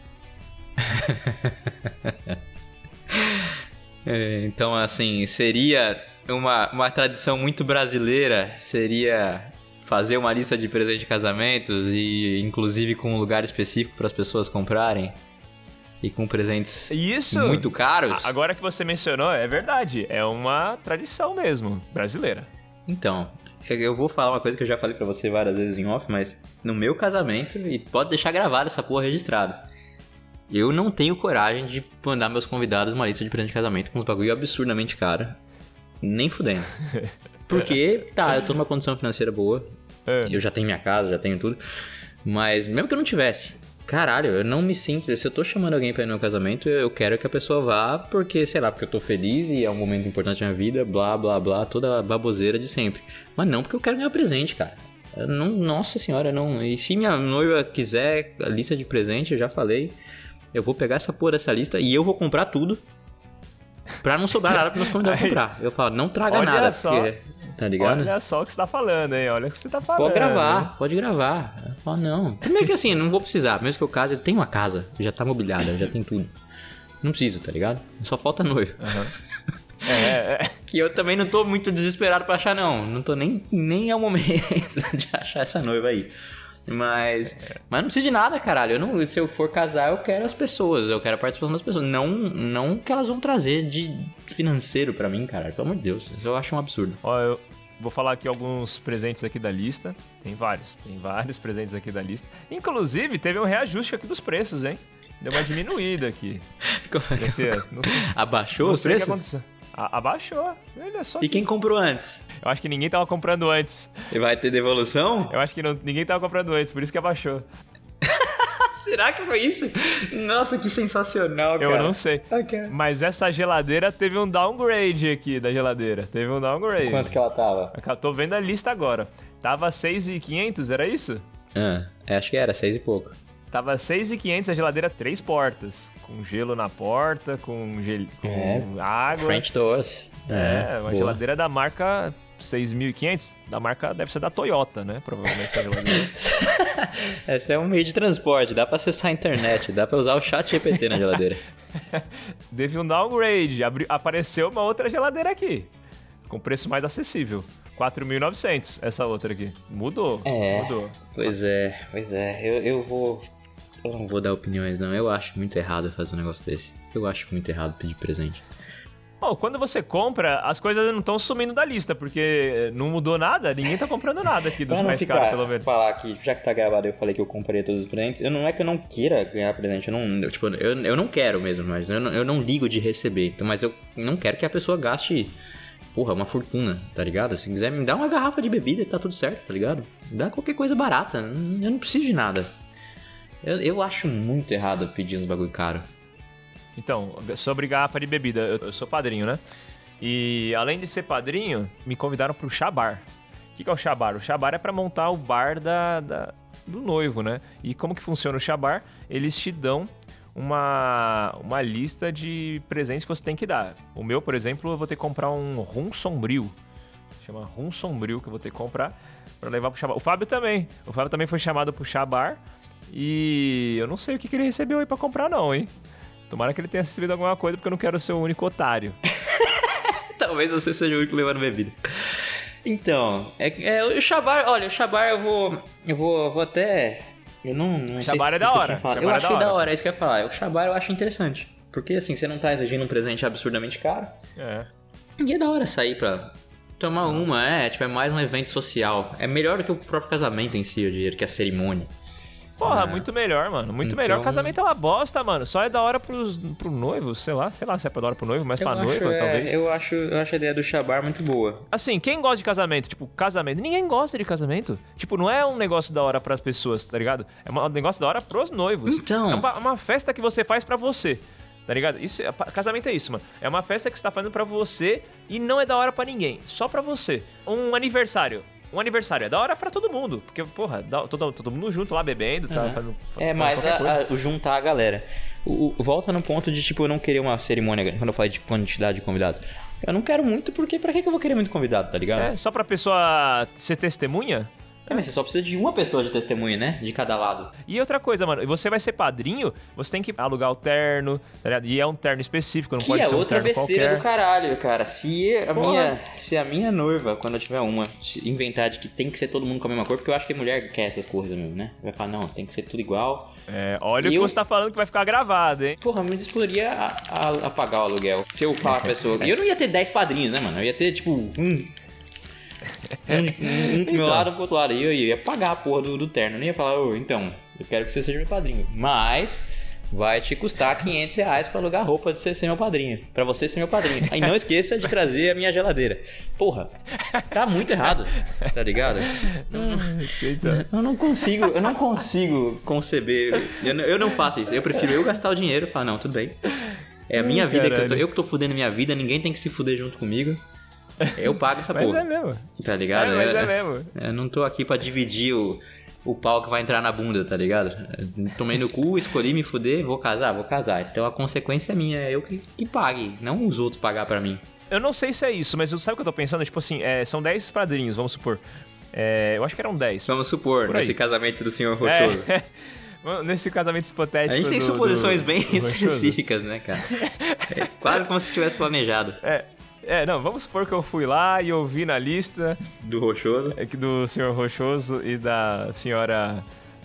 É, então, assim, seria uma, uma tradição muito brasileira, seria fazer uma lista de presente de casamentos e inclusive com um lugar específico para as pessoas comprarem e com presentes Isso. muito caros. Agora que você mencionou, é verdade. É uma tradição mesmo, brasileira. Então, eu vou falar uma coisa que eu já falei pra você várias vezes em off, mas no meu casamento, e pode deixar gravado essa porra registrada, eu não tenho coragem de mandar meus convidados uma lista de presente de casamento com uns bagulho absurdamente caro. Nem fudendo. Porque, tá, eu tô numa condição financeira boa, É. eu já tenho minha casa, já tenho tudo, mas mesmo que eu não tivesse, caralho, eu não me sinto... Se eu tô chamando alguém pra ir no meu casamento, eu quero que a pessoa vá porque, sei lá, porque eu tô feliz e é um momento importante na minha vida, blá, blá, blá, toda a baboseira de sempre. Mas não porque eu quero ganhar presente, cara. Eu não, nossa senhora, não... E se minha noiva quiser a lista de presente, eu já falei, eu vou pegar essa porra dessa lista e eu vou comprar tudo pra não sobrar nada pros meus convidados comprar. Eu falo, não traga Olha nada, só. porque... Tá ligado? Olha só o que você tá falando, hein? Olha o que você tá falando. Pode gravar, pode gravar. Eu falo, não. Primeiro que assim, não vou precisar. Mesmo que eu case, eu tenho uma casa, já tá mobiliada, já tem tudo. Não preciso, tá ligado? Só falta noivo. Uhum. É, é. Que eu também não tô muito desesperado pra achar, não. Não tô nem, nem ao momento de achar essa noiva aí. Mas, mas não preciso de nada, caralho. Eu não, se eu for casar, eu quero as pessoas. Eu quero a participação das pessoas. Não, não que elas vão trazer de financeiro pra mim, caralho. Pelo amor de Deus. Isso eu acho um absurdo. Ó, eu vou falar aqui alguns presentes aqui da lista. Tem vários. Tem vários presentes aqui da lista. Inclusive, teve um reajuste aqui dos preços, hein? Deu uma diminuída aqui. Como é que- Esse ano. Não sei, Abaixou não os sei o que preços? aconteceu. A- abaixou. Olha só. E quem comprou antes? Eu acho que ninguém tava comprando antes. E vai ter devolução? Eu acho que não- ninguém tava comprando antes, por isso que abaixou. Será que foi isso? Nossa, que sensacional, Eu cara. não sei. Ok. Mas essa geladeira teve um downgrade aqui da geladeira. Teve um downgrade. Quanto que ela tava? Eu tô vendo a lista agora. Tava seis mil e quinhentos, era isso? Ah, é, acho que era, seis e pouco. Tava seis mil e quinhentos a geladeira, três portas. Com gelo na porta, com, gel... com É, água. French Doors. É, uma boa. geladeira da marca seis mil e quinhentos. Da marca deve ser da Toyota, né? Provavelmente a geladeira. Esse é um meio de transporte, dá pra acessar a internet, dá pra usar o chat G P T na geladeira. Teve um downgrade. Abri... Apareceu uma outra geladeira aqui. Com preço mais acessível. quatro mil e novecentos essa outra aqui. Mudou. É. Mudou. Pois é, pois é, eu, eu vou... Eu não vou dar opiniões não, eu acho muito errado fazer um negócio desse. Eu acho muito errado pedir presente. Bom, quando você compra, as coisas não estão sumindo da lista, porque não mudou nada, ninguém tá comprando nada aqui dos Pra não mais ficar, caros, pelo menos. falar que, já que tá gravado, eu falei que eu compraria todos os presentes. Eu não é que eu não queira ganhar presente, eu não, eu, tipo, eu, eu não quero mesmo, mas eu não, eu não ligo de receber. Então, mas eu não quero que a pessoa gaste, porra, uma fortuna, tá ligado? Se quiser me dar uma garrafa de bebida, tá tudo certo, tá ligado? Dá qualquer coisa barata, eu não preciso de nada. Eu, eu acho muito errado pedir uns bagulho caro. Então, sobre garrafa de bebida, eu, eu sou padrinho, né? E além de ser padrinho, me convidaram pro chá bar. O que, que é o chá bar? O chá bar é pra montar o bar da, da- do noivo, né? E como que funciona o chá bar? Eles te dão uma, uma lista de presentes que você tem que dar. O meu, por exemplo, eu vou ter que comprar um rum sombrio. Chama rum sombrio que eu vou ter que comprar pra levar pro chá bar. O Fábio também. O Fábio também foi chamado pro chá bar. E eu não sei o que, que ele recebeu aí pra comprar não, hein? Tomara que ele tenha recebido alguma coisa, porque eu não quero ser o único otário. Talvez você seja o único levando bebida. Então, é, é o Shabar, olha, o Shabar eu vou. Eu vou, eu vou até. Eu não, não sei Shabar se é da eu tinha hora, falado. Shabar Eu é da achei da hora. hora, é isso que eu ia falar. O Shabar eu acho interessante. Porque assim, você não tá exigindo um presente absurdamente caro. É. E é da hora sair pra tomar uma, é, tipo, é mais um evento social. É melhor do que o próprio casamento em si, eu diria, que a cerimônia. Porra, É. muito melhor, mano. Muito Então- melhor. Casamento é uma bosta, mano. Só é da hora pros, pro noivo, sei lá. Sei lá se é da hora pro noivo, mas pra eu noiva, acho, é, talvez. eu, acho, eu acho a ideia do Shabar muito boa. Assim, quem gosta de casamento? Tipo, casamento. Ninguém gosta de casamento. Tipo, não é um negócio da hora pras pessoas, tá ligado? É um negócio da hora pros noivos. Então. É uma, uma festa que você faz pra você. Tá ligado? Isso, é- casamento é isso, mano. É uma festa que você tá fazendo pra você e não é da hora pra ninguém. Só pra você. Um aniversário. Um aniversário é da hora pra todo mundo. Porque, porra, dá- todo, todo mundo junto lá bebendo, tá? Uhum. Fazendo, É, fazendo mas qualquer a- coisa. a- o juntar a galera. O, o- volta no ponto de, tipo, eu não querer uma cerimônia grande. Quando eu falei de quantidade de convidados. Eu não quero muito, porque pra que que eu vou querer muito convidado, tá ligado? É, só pra pessoa ser testemunha? É, mas você só precisa de uma pessoa de testemunha, né? De cada lado. E outra coisa, mano, você vai ser padrinho, você tem que alugar o terno, tá ligado? E é um terno específico, não que pode é ser um outra terno besteira qualquer. do caralho, cara. Se a, Porra. minha, se a minha noiva, quando eu tiver uma, inventar de que tem que ser todo mundo com a mesma cor, porque eu acho que a mulher quer essas coisas mesmo, né? Vai falar, não, tem que ser tudo igual. É, olha E o que eu- você tá falando que vai ficar gravado, hein? Porra, me disploraria a, a, a pagar o aluguel. Se eu falar pra pessoa... E eu não ia ter dez padrinhos, né, mano? Eu ia ter, tipo, um... Um, um, um pro meu lado, um pro outro lado. E eu ia pagar a porra do, do terno. Eu nem ia falar, ô, então, eu quero que você seja meu padrinho. Mas... vai te custar quinhentos reais pra alugar roupa de você ser meu padrinho. Pra você ser meu padrinho. E não esqueça de trazer a minha geladeira. Porra, tá muito errado, tá ligado? Então, Eu não consigo, eu não consigo conceber. Eu não, eu não faço isso. Eu prefiro eu gastar o dinheiro e falar, não, tudo bem. É a minha Ai, vida que eu tô, caralho. eu que tô fudendo minha vida, ninguém tem que se fuder junto comigo. Eu pago essa mas porra. é mesmo. Tá ligado? É, mas eu, é mesmo. eu não tô aqui pra dividir o, o pau que vai entrar na bunda, tá ligado? Tomei no cu, escolhi me fuder, vou casar, vou casar. Então a consequência é minha, é eu que, que pague, não os outros pagar pra mim. Eu não sei se é isso, mas sabe o que eu tô pensando? Tipo assim, é, são dez padrinhos, vamos supor. É, eu acho que eram dez. Vamos supor, Por aí. nesse casamento do senhor Rochoso. É, nesse casamento hipotético. A gente tem do- suposições do- bem do Rochoso. específicas, né, cara? É quase como se tivesse planejado. É, é, não, vamos supor que eu fui lá e eu vi na lista Do Rochoso. é, que do senhor Rochoso e da senhora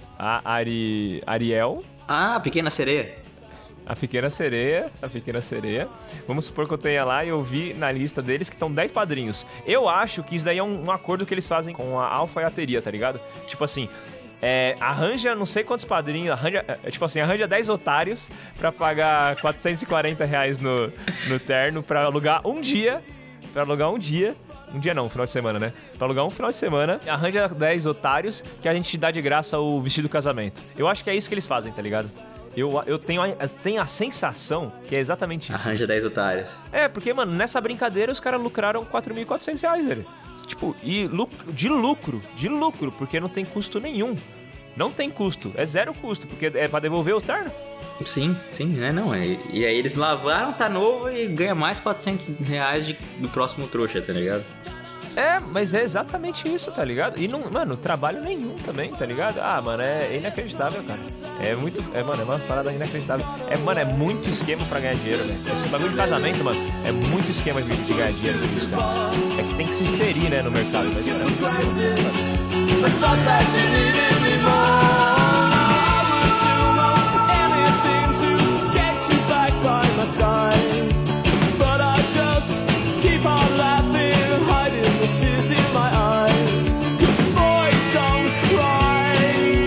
a Ari, Ariel, Ah, Pequena Sereia. a pequena sereia, a pequena sereia. Vamos supor que eu tenha lá e eu vi na lista deles que estão dez padrinhos. Eu acho que isso daí é um, um acordo que eles fazem com a alfaiateria, tá ligado? Tipo assim, é, arranja não sei quantos padrinhos, arranja, é, tipo assim, arranja dez otários pra pagar quatrocentos e quarenta reais no, no terno pra alugar um dia, pra alugar um dia. Um dia não, um final de semana, né? Pra alugar um final de semana, arranja dez otários que a gente te dá de graça o vestido do casamento. Eu acho que é isso que eles fazem, tá ligado? Eu, eu, tenho, a, eu tenho a sensação que é exatamente isso. Arranja dez otários. É, porque, mano, nessa brincadeira os caras lucraram quatro mil e quatrocentos reais, velho. Tipo, e lucro, de lucro, de lucro, porque não tem custo nenhum. Não tem custo, é zero custo, porque é pra devolver o terno. Sim, sim, né? Não, é, e aí eles lavaram, tá novo e ganha mais quatrocentos reais de, do próximo trouxa, tá ligado? É, mas é exatamente isso, tá ligado? E não, mano, trabalho nenhum também, tá ligado? Ah, mano, é inacreditável, cara. É muito, é, mano, é uma parada inacreditável. É, mano, é muito esquema pra ganhar dinheiro, velho. Esse bagulho de casamento, mano, é muito esquema de, de ganhar dinheiro com isso, cara. É que tem que se inserir, né, no mercado. Mas, mano, é muito esquema, cara. It's not that you need anymore. I would do most anything to get you back by my side. But I just keep on laughing, hiding the tears in my eyes. 'Cause boys don't cry.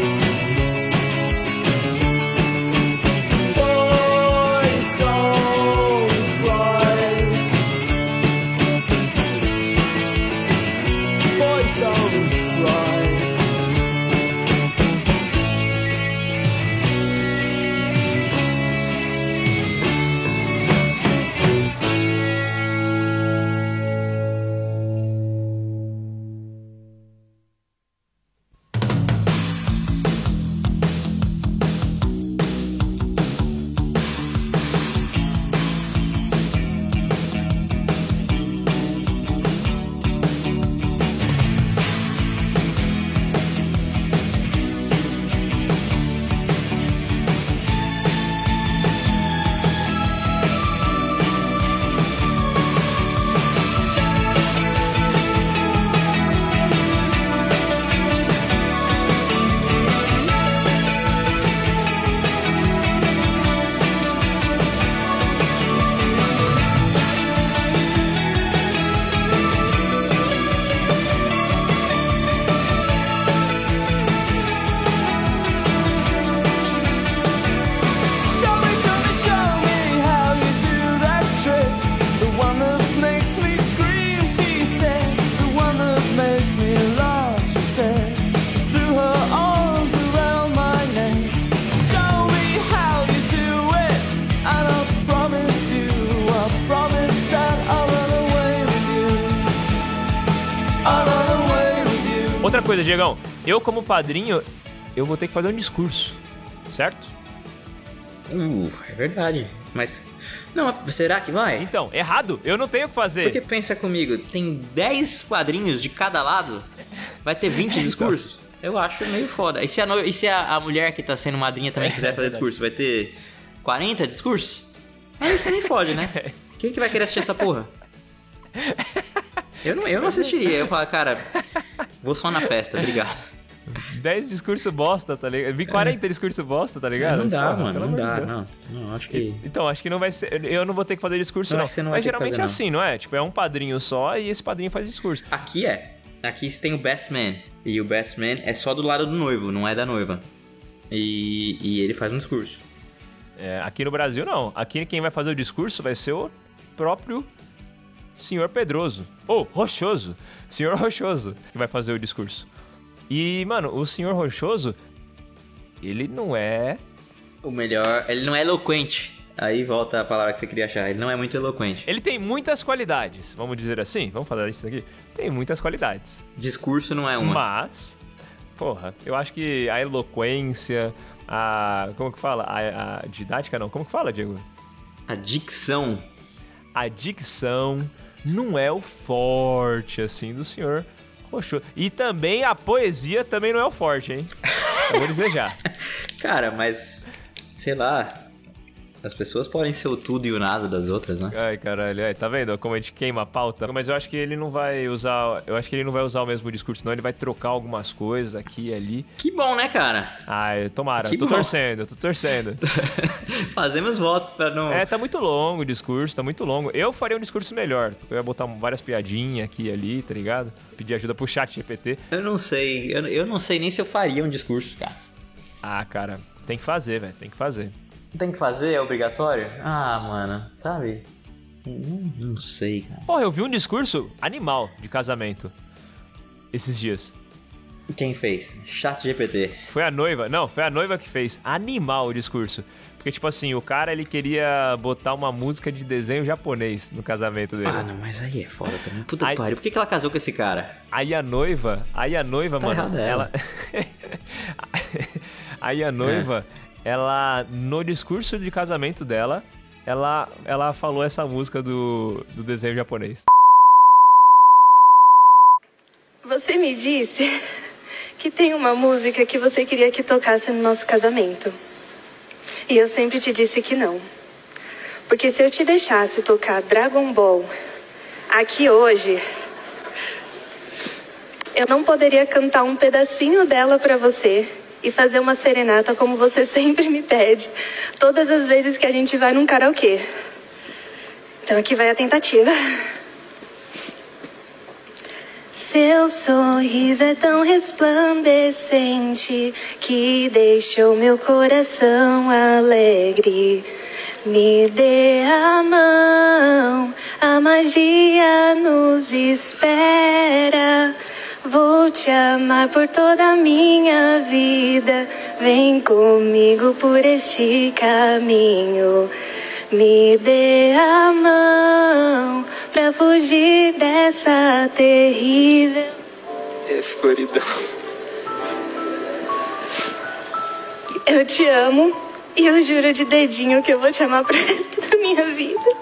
Boys don't cry. Boys don't cry. Show me, show me, show me how you do that trick. The one that makes me scream, she said. The one that makes me laugh, she said. Threw her arms around my neck. Show me how you do it, and I promise you, I promise that I'll run away with you. I'll run away with you. Outra coisa, Diegão, eu como padrinho, eu vou ter que fazer um discurso, certo? Uh, é verdade. Mas, não, será que vai? Então, errado, eu não tenho o que fazer. Porque pensa comigo, tem dez padrinhos de cada lado? Vai ter vinte discursos? Eu acho meio foda. E se, a, no... e se a, a mulher que tá sendo madrinha também quiser fazer discurso? Vai ter quarenta discursos? Aí você nem fode, né? Quem que vai querer assistir essa porra? Eu não, eu não assistiria. Eu falo, cara, vou só na festa, obrigado. dez discursos bosta, tá ligado? Vi quarenta é. discursos bosta, tá ligado? Não dá, Porra, mano, não dá, não. Não, acho que... Então, acho que não vai ser... Eu não vou ter que fazer discurso, não. não. Acho que você não vai Mas ter que geralmente fazer, é assim, não é? Tipo, é um padrinho só e esse padrinho faz discurso. Aqui é. Aqui você tem o best man. E o best man é só do lado do noivo, não é da noiva. E, e ele faz um discurso. É, aqui no Brasil, não. Aqui quem vai fazer o discurso vai ser o próprio senhor Pedroso. Ou oh, Rochoso. Senhor Rochoso que vai fazer o discurso. E, mano, o senhor Rochoso, ele não é... O melhor... Ele não é eloquente. Aí volta a palavra que você queria achar. Ele não é muito eloquente. Ele tem muitas qualidades, vamos dizer assim. Vamos falar isso aqui? Tem muitas qualidades. Discurso não é uma. Mas, porra, eu acho que a eloquência, a... Como que fala? A, a didática, não. Como que fala, Diego? A dicção. A dicção não é o forte, assim, do senhor Rochoso. E também a poesia também não é o forte, hein? Eu vou dizer já. Cara, mas... Sei lá... As pessoas podem ser o tudo e o nada das outras, né? Ai, caralho. Aí, tá vendo como a gente queima a pauta? Mas eu acho que ele não vai usar... Eu acho que ele não vai usar o mesmo discurso, não. Ele vai trocar algumas coisas aqui e ali. Que bom, né, cara? Ai, tomara. Que tô bom. torcendo, tô torcendo. Fazemos votos pra não... É, tá muito longo o discurso, tá muito longo. Eu faria um discurso melhor. Eu ia botar várias piadinhas aqui e ali, tá ligado? Pedir ajuda pro chat G P T. Eu não sei. Eu, eu não sei nem se eu faria um discurso, cara. Ah, cara. Tem que fazer, velho. Tem que fazer. Tem que fazer? É obrigatório? Ah, mano, sabe? Não, não sei, cara. Porra, eu vi um discurso animal de casamento esses dias. Quem fez? Chat G P T. Foi a noiva. Não, foi a noiva que fez. Animal o discurso. Porque, tipo assim, o cara, ele queria botar uma música de desenho japonês no casamento dele. Ah, não, mas aí é foda também. Puta Aí- que pariu. Por que, que ela casou com esse cara? Aí a noiva, aí a noiva, Tá mano, errada ela... Aí a noiva, ela, no discurso de casamento dela, ela, ela falou essa música do, do desenho japonês. Você me disse que tem uma música que você queria que tocasse no nosso casamento. E eu sempre te disse que não. Porque se eu te deixasse tocar Dragon Ball aqui hoje, eu não poderia cantar um pedacinho dela pra você e fazer uma serenata como você sempre me pede, todas as vezes que a gente vai num karaokê. Então aqui vai a tentativa. Seu sorriso é tão resplandecente que deixou meu coração alegre. Me dê a mão, a magia nos espera. Vou te amar por toda a minha vida. Vem comigo por este caminho. Me dê a mão pra fugir dessa terrível escuridão. Eu te amo e eu juro de dedinho que eu vou te amar pro resto da minha vida.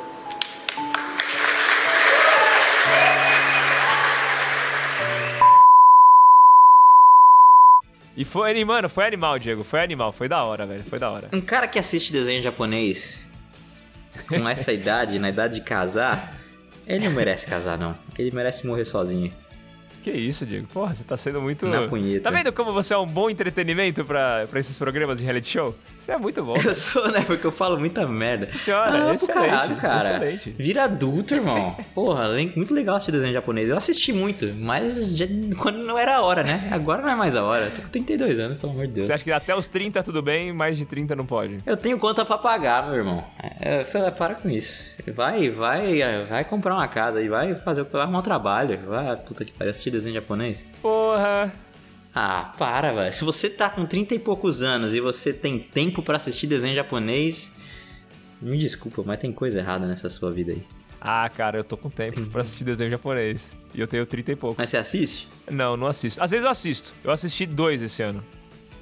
E foi, mano, foi animal, Diego, foi animal, foi da hora, velho, foi da hora. Um cara que assiste desenho japonês com essa idade, na idade de casar, ele não merece casar, não. Ele merece morrer sozinho. Que isso, Diego, porra, você tá sendo muito... Na punheta. Tá vendo como você é um bom entretenimento pra, pra esses programas de reality show? Você é muito bom. Eu sou, né? Porque eu falo muita merda. Senhora, ah, excelente, pro caralho, cara. excelente. Vira adulto, irmão. Porra, muito legal assistir desenho japonês. Eu assisti muito, mas já, quando não era a hora, né? Agora não é mais a hora. Tô com trinta e dois anos, pelo amor de Deus. Você acha que até os trinta tudo bem, mais de trinta não pode? Eu tenho conta pra pagar, meu irmão. É, eu falei, para com isso. Vai, vai, vai comprar uma casa aí, vai fazer, vai arrumar um trabalho. Vai, puta que pariu, assistir desenho japonês. Porra... Ah, para, velho. Se você tá com trinta e poucos anos e você tem tempo pra assistir desenho japonês, me desculpa, mas tem coisa errada nessa sua vida aí. Ah, cara, eu tô com tempo pra assistir desenho japonês. E eu tenho trinta e poucos. Mas você assiste? Não, não assisto. Às vezes eu assisto. Eu assisti dois esse ano.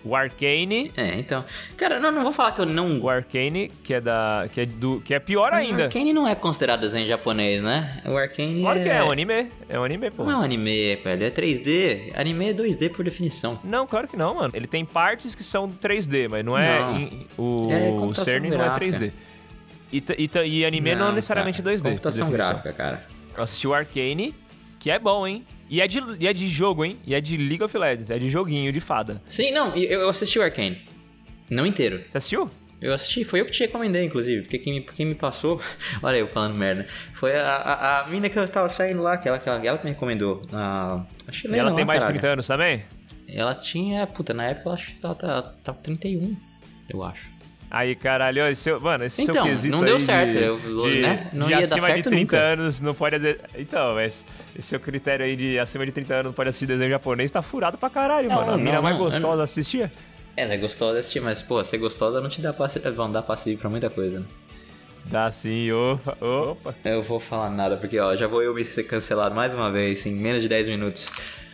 O Arcane... É, então... Cara, não, não vou falar que eu não... O Arcane, que é da... Que é, do, que é pior Mas ainda. o Arcane não é considerado desenho japonês, né? O Arcane Claro é... que é, é um anime. É um anime, pô. Não é um anime, velho. É três D. Anime é dois D por definição. Não, claro que não, mano. Ele tem partes que são três D, mas não é... Não. em- o É o computação Cerny não é gráfica. três D. E, t- e, t- e anime não, é necessariamente cara, dois D. por Computação definição. gráfica, cara. Eu assisti o Arcane, que é bom, hein? E é, de, e é de jogo, hein? E é de League of Legends. É de joguinho, de fada. Sim, não, eu, eu assisti o Arcane. Não inteiro. Você assistiu? Eu assisti, foi eu que te recomendei, inclusive, porque quem me, quem me passou, olha eu falando merda, foi a, a, a mina que eu tava saindo lá, que ela, que ela, ela que me recomendou, a, a chilena E ela lá, tem mais de caralho. trinta anos também? Ela tinha, puta, na época ela, acho que ela tava, tava trinta e um, eu acho. Aí, caralho, esse seu, mano, esse Então, seu quesito não deu aí certo, de, eu- de, né? Não de ia dar acima certo de trinta nunca. anos não pode... ade- Então, mas esse seu critério aí de acima de trinta anos não pode assistir desenho japonês tá furado pra caralho, Não, mano. A não, mina mais não, gostosa eu assistia? Ela é gostosa de assistir, mas, pô, ser gostosa não te dá passe... vão dar passivo pra muita coisa, né? Dá sim, opa, opa. Eu vou falar nada, porque, ó, já vou eu me ser cancelado mais uma vez, em menos de dez minutos.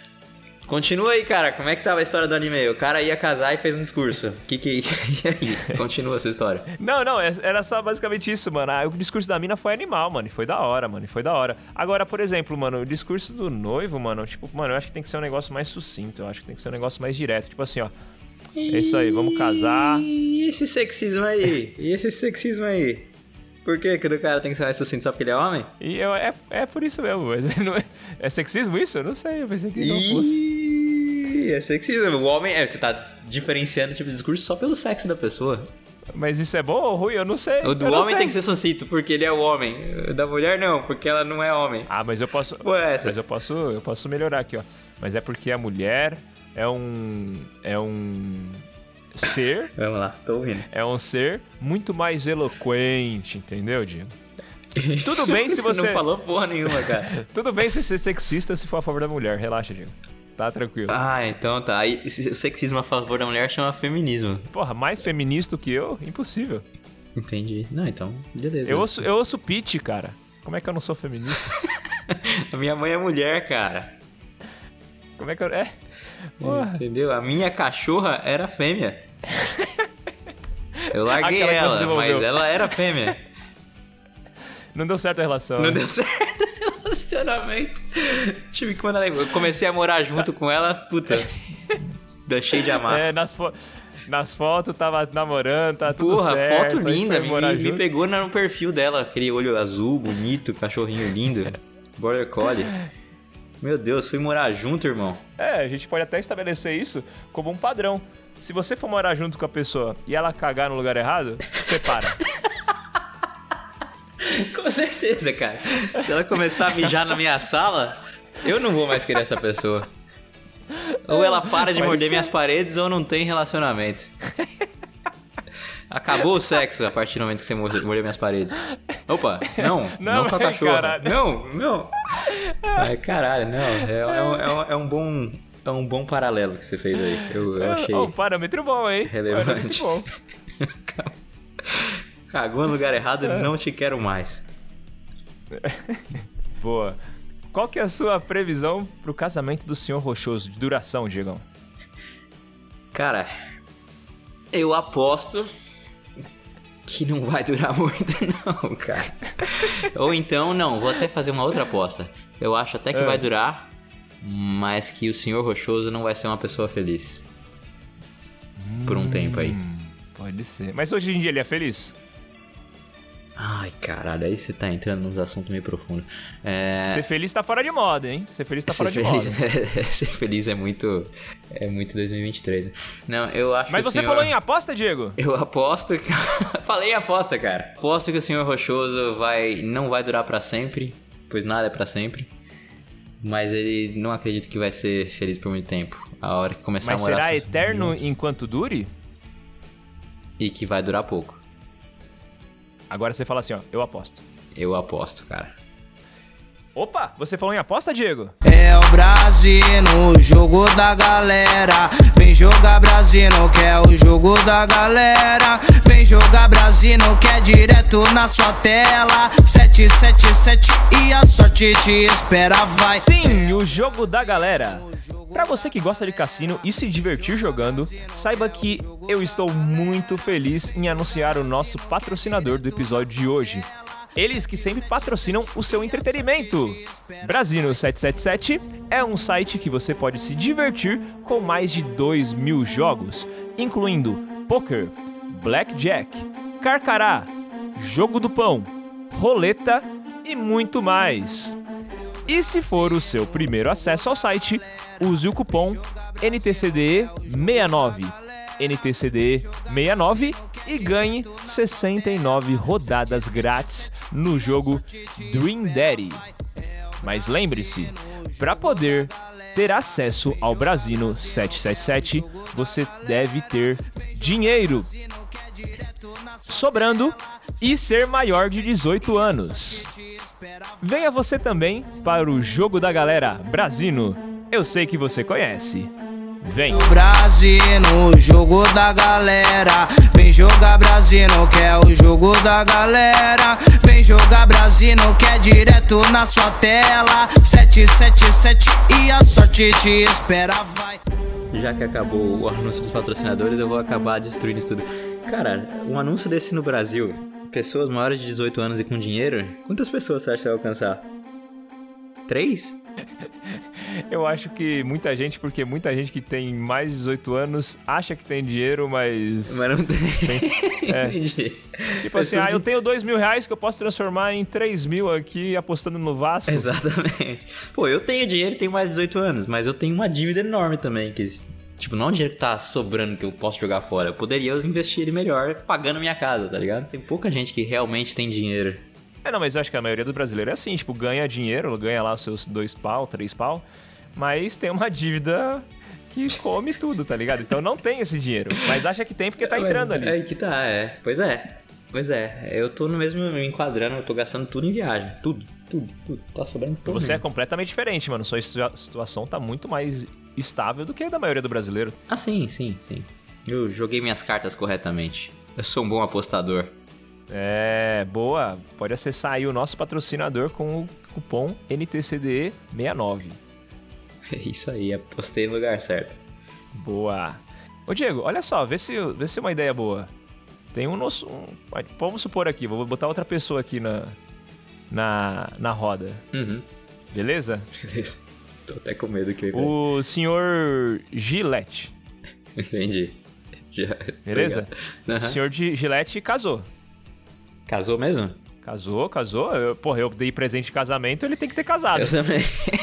Continua aí, cara, como é que tava a história do anime? O cara ia casar e fez um discurso. Que que... E aí? Continua a sua história. Não, não, é- era só basicamente isso, mano. Ah, o discurso da mina foi animal, mano. E foi da hora, mano. E foi da hora. Agora, por exemplo, mano, o discurso do noivo, mano, tipo, mano, eu acho que tem que ser um negócio mais sucinto. Eu acho que tem que ser um negócio mais direto. Tipo assim, ó. É isso aí, vamos casar. E esse sexismo aí? E esse sexismo aí? Por que que o do cara tem que ser mais sucinto só porque ele é homem? E eu, é, é por isso mesmo. Mas não é, é sexismo isso? Eu não sei. Eu pensei que não fosse. Ih, é sexismo. O homem, é, você tá diferenciando o tipo de discurso só pelo sexo da pessoa. Mas isso é bom ou ruim? Eu não sei. O do eu não homem sei. tem que ser sucinto porque ele é o homem. O da mulher não, porque ela não é homem. Ah, mas eu posso. Pô, é essa? Mas eu posso, eu posso melhorar aqui, ó. Mas é porque a mulher é um. É um. Ser. Vamos lá, tô ouvindo. É um ser muito mais eloquente, entendeu, Diego? Tudo bem se você. não falou porra nenhuma, cara. Tudo bem se ser sexista se for a favor da mulher. Relaxa, Diego. Tá tranquilo. Ah, então tá. Aí, o sexismo a favor da mulher chama feminismo. Porra, mais feminista que eu? Impossível. Entendi. Não, então, beleza. Eu ouço, eu ouço Pitty, cara. Como é que eu não sou feminista? A minha mãe é mulher, cara. Como é que eu. É? Porra. Entendeu? A minha cachorra era fêmea. Eu larguei Aquela que você ela, devolveu. mas ela era fêmea. Não deu certo a relação. Não né? deu certo o relacionamento. Tive que mandar. Eu comecei a morar junto com ela, puta. Deixei de amar. É, nas, fo... nas fotos tava namorando, tá tudo Porra, certo. foto aí linda. foi Me, morar me, me junto. pegou no perfil dela. Aquele olho azul, bonito, cachorrinho lindo. Border Collie. Meu Deus, fui morar junto, irmão. É, a gente pode até estabelecer isso como um padrão. Se você for morar junto com a pessoa e ela cagar no lugar errado, separa. Com certeza, cara. Se ela começar a mijar na minha sala, eu não vou mais querer essa pessoa. Ou ela para de Pode morder ser. minhas paredes ou não tem relacionamento. Acabou o sexo a partir do momento que você morde- mordeu minhas paredes. Opa, não, não, Não, com a é, cachorra. caralho. Não, não. Ai, caralho, não. É, é um, é um- é um bom, é um bom paralelo que você fez aí. Eu, eu achei Oh, parâmetro bom, hein? relevante. Parâmetro bom. Cagou no lugar errado, não te quero mais. Boa. Qual que é a sua previsão pro casamento do senhor Rochoso de duração, Diegão? Cara, eu aposto que não vai durar muito, não, cara. Ou então, não, vou até fazer uma outra aposta. Eu acho até que É. vai durar, mas que o senhor Rochoso não vai ser uma pessoa feliz. Por um tempo aí. Hum, pode ser. Mas hoje em dia ele é feliz? Ai, caralho, aí você tá entrando nos assuntos meio profundos. É... Ser feliz tá fora de moda, hein? Ser feliz tá fora Ser de feliz, moda. ser feliz é muito. É muito dois mil e vinte e três. Né? Não, eu acho Mas que. o você senhor... falou em aposta, Diego? Eu aposto que... Falei em aposta, cara. Aposto que o senhor Rochoso vai... não vai durar pra sempre, pois nada é pra sempre. Mas ele não acredito que vai ser feliz por muito tempo. A hora que começar Mas a morar será junto. eterno enquanto dure? E que vai durar pouco. Agora você fala assim, ó, eu aposto. Eu aposto, cara. Opa, você falou em aposta, Diego? É o Brasil no jogo da galera. Vem jogar Brasil, que é o jogo da galera. Vem jogar Brasil, que é direto na sua tela. sete sete sete e a sorte te espera, vai. Sim, o jogo da galera. Para você que gosta de cassino e se divertir jogando, saiba que eu estou muito feliz em anunciar o nosso patrocinador do episódio de hoje. Eles que sempre patrocinam o seu entretenimento. Brasino sete sete sete é um site que você pode se divertir com mais de dois mil jogos, incluindo poker, blackjack, carcará, jogo do pão, roleta e muito mais. E se for o seu primeiro acesso ao site, use o cupom N T C D E sessenta e nove, N T C D E sessenta e nove e ganhe sessenta e nove rodadas grátis no jogo Dream Daddy. Mas lembre-se, para poder ter acesso ao Brasino sete sete sete, você deve ter dinheiro sobrando e ser maior de dezoito anos. Venha você também para o jogo da galera Brasino. Eu sei que você conhece. Vem! Brasino, jogo da galera. Vem jogar Brasino, que é o jogo da galera. Vem jogar Brasino, que é direto na sua tela. sete sete sete e a sorte te espera, vai. Já que acabou o anúncio dos patrocinadores, eu vou acabar destruindo isso tudo. Cara, um anúncio desse no Brasil, pessoas maiores de dezoito anos e com dinheiro, quantas pessoas você acha que vai alcançar? Três? Eu acho que muita gente, porque muita gente que tem mais de dezoito anos acha que tem dinheiro, mas... Mas não tem. Pensa... É. Entendi. Tipo assim, ah, eu tenho dois mil reais que eu posso transformar em três mil aqui apostando no Vasco. Exatamente. Pô, eu tenho dinheiro e tenho mais de dezoito anos, mas eu tenho uma dívida enorme também, que... Tipo, não é um dinheiro que tá sobrando que eu posso jogar fora. Eu poderia investir ele melhor pagando minha casa, tá ligado? Tem pouca gente que realmente tem dinheiro. É, não, mas eu acho que a maioria do brasileiro é assim, tipo, ganha dinheiro, ganha lá os seus dois pau, três pau, mas tem uma dívida que come tudo, tá ligado? Então não tem esse dinheiro, mas acha que tem porque tá entrando ali. É aí que tá, é. Pois é, pois é. Eu tô no mesmo me enquadrando, eu tô gastando tudo em viagem. Tudo, tudo, tudo. Tá sobrando tudo. Você é completamente diferente, mano. Sua situação tá muito mais estável do que a da maioria do brasileiro. Ah, sim, sim, sim. Eu joguei minhas cartas corretamente. Eu sou um bom apostador. É, boa. Pode acessar aí o nosso patrocinador com o cupom N T C D E sessenta e nove. É isso aí, apostei no lugar certo. Boa. Ô Diego, olha só, vê se, vê se é uma ideia boa. Tem um nosso... Um, vamos supor aqui, vou botar outra pessoa aqui na, na, na roda. Uhum. Beleza? Beleza. Tô até com medo que eu... O senhor Gillette. Entendi. Já, beleza? Uhum. O senhor Gillette casou. Casou mesmo? Casou, casou. Eu, porra, eu dei presente de casamento, ele tem que ter casado. Eu também.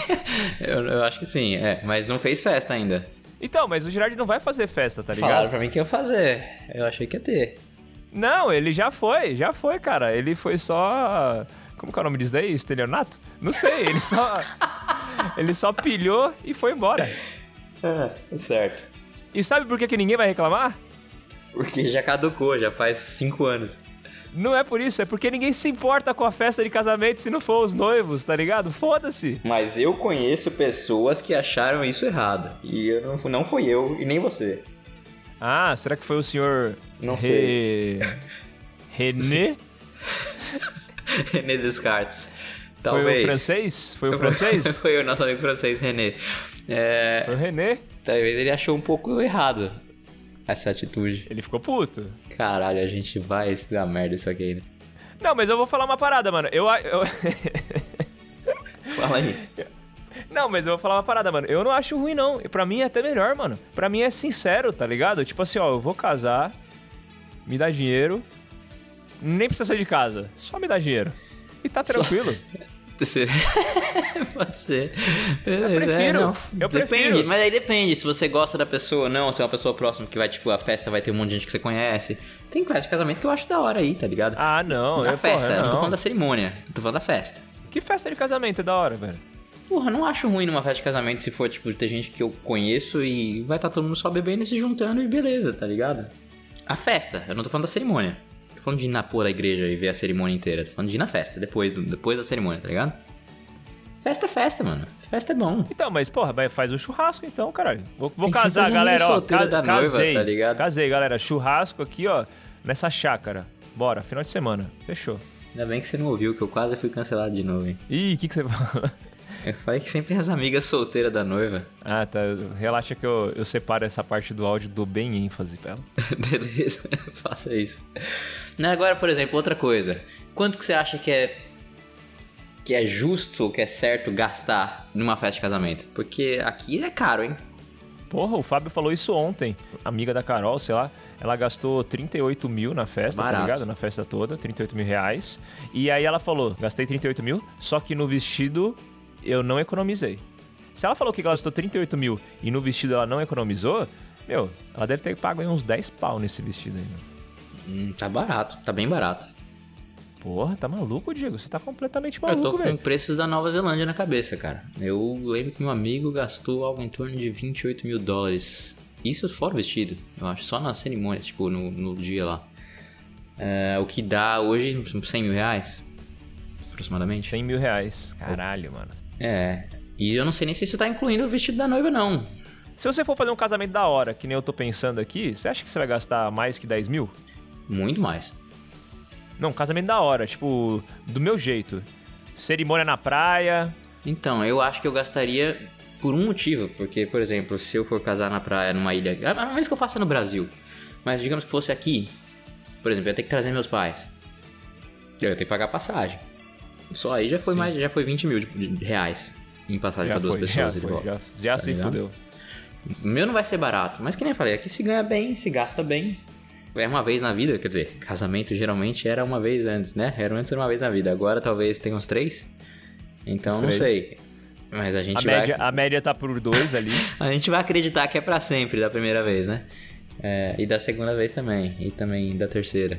eu, eu acho que sim, é. Mas não fez festa ainda. Então, mas o Girardi não vai fazer festa, tá ligado? Falaram pra mim que ia fazer. Eu achei que ia ter. Não, ele já foi, já foi, cara. Ele foi só... Como que é o nome disso daí? Estelionato? Não sei, ele só... ele só pilhou e foi embora. Ah, certo. E sabe por que, que ninguém vai reclamar? Porque já caducou, já faz cinco anos. Não é por isso, é porque ninguém se importa com a festa de casamento se não for os noivos, tá ligado? Foda-se. Mas eu conheço pessoas que acharam isso errado. E eu não, não fui eu e nem você. Ah, será que foi o senhor... Não Re... sei. René? René Descartes. Foi Talvez. o francês? Foi o francês? Foi o nosso amigo francês, René. É... Foi o René. Talvez ele achou um pouco errado essa atitude. Ele ficou puto. Caralho, a gente vai estudar merda isso aqui ainda. Não, mas eu vou falar uma parada, mano. Eu... eu... Fala aí. Não, mas eu vou falar uma parada, mano. Eu não acho ruim, não. Pra mim é até melhor, mano. Pra mim é sincero, tá ligado? Tipo assim, ó, eu vou casar, me dá dinheiro, nem precisa sair de casa. Só me dá dinheiro. E tá tranquilo. Só... Pode ser. Eu prefiro. É, não. Eu depende, prefiro. Mas aí depende se você gosta da pessoa ou não, se é uma pessoa próxima que vai, tipo, a festa vai ter um monte de gente que você conhece. Tem festa de casamento que eu acho da hora aí, tá ligado? Ah, não. Da eu, festa, porra, eu não. não tô falando da cerimônia, eu tô falando da festa. Que festa de casamento é da hora, velho? Porra, não acho ruim numa festa de casamento se for, tipo, ter gente que eu conheço e vai estar tá todo mundo só bebendo e se juntando e beleza, tá ligado? A festa, eu não tô falando da cerimônia. Tô falando de ir na porra da igreja e ver a cerimônia inteira. Tô falando de ir na festa, depois, do, depois da cerimônia, tá ligado? Festa é festa, mano. Festa é bom. Então, mas, porra, faz o churrasco então, caralho. Vou, vou Tem que casar, ser galera, ó. solteira da noiva, casei, tá ligado? Casei, galera. Churrasco aqui, ó, nessa chácara. Bora, final de semana. Fechou. Ainda bem que você não ouviu, que eu quase fui cancelado de novo, hein? Ih, o que, que você fala? Eu falei que sempre tem as amigas solteiras da noiva. Ah, tá. Relaxa que eu, eu separo essa parte do áudio e dou bem ênfase pra ela. Beleza, faça isso. Não, agora, por exemplo, outra coisa. Quanto que você acha que é que é justo, que é certo gastar numa festa de casamento? Porque aqui é caro, hein? Porra, o Fábio falou isso ontem. Amiga da Carol, sei lá, ela gastou trinta e oito mil na festa, Barato. tá ligado? Na festa toda, trinta e oito mil reais. E aí ela falou, gastei trinta e oito mil, só que no vestido eu não economizei. Se ela falou que gastou trinta e oito mil e no vestido ela não economizou, meu, ela deve ter pago aí uns dez pau nesse vestido aí, meu. Hum, tá barato, tá bem barato. Porra, tá maluco, Diego? Você tá completamente Eu tô maluco, com velho. preços da Nova Zelândia na cabeça, cara. Eu lembro que meu amigo gastou algo em torno de vinte e oito mil dólares. Isso fora o vestido, eu acho. Só na cerimônia, tipo, no, no dia lá. É, o que dá hoje cem mil reais, aproximadamente. cem mil reais. Caralho, mano. É, e eu não sei nem se isso tá incluindo o vestido da noiva, não. Se você for fazer um casamento da hora, que nem eu tô pensando aqui, você acha que você vai gastar mais que dez mil? Muito mais. Não, casamento da hora, tipo, do meu jeito. Cerimônia na praia. Então, eu acho que eu gastaria por um motivo. Porque, por exemplo, se eu for casar na praia, numa ilha... A menos que eu faça no Brasil. Mas digamos que fosse aqui. Por exemplo, eu ia ter que trazer meus pais. Eu ia ter que pagar passagem. Só aí já foi Sim. mais, já foi vinte mil de, de reais em passagem Já pra duas foi, pessoas. já e de foi, volta. já, já Tá se ligado? fudeu. O meu não vai ser barato, mas que nem eu falei, aqui se ganha bem, se gasta bem. É uma vez na vida, quer dizer, casamento geralmente era uma vez antes, né? Era antes era uma vez na vida, agora talvez tenha uns três. Então Uns não três. sei. Mas a gente A vai. média, a média tá por dois ali. A gente vai acreditar que é pra sempre da primeira vez, né? É, e da segunda vez também. E também da terceira.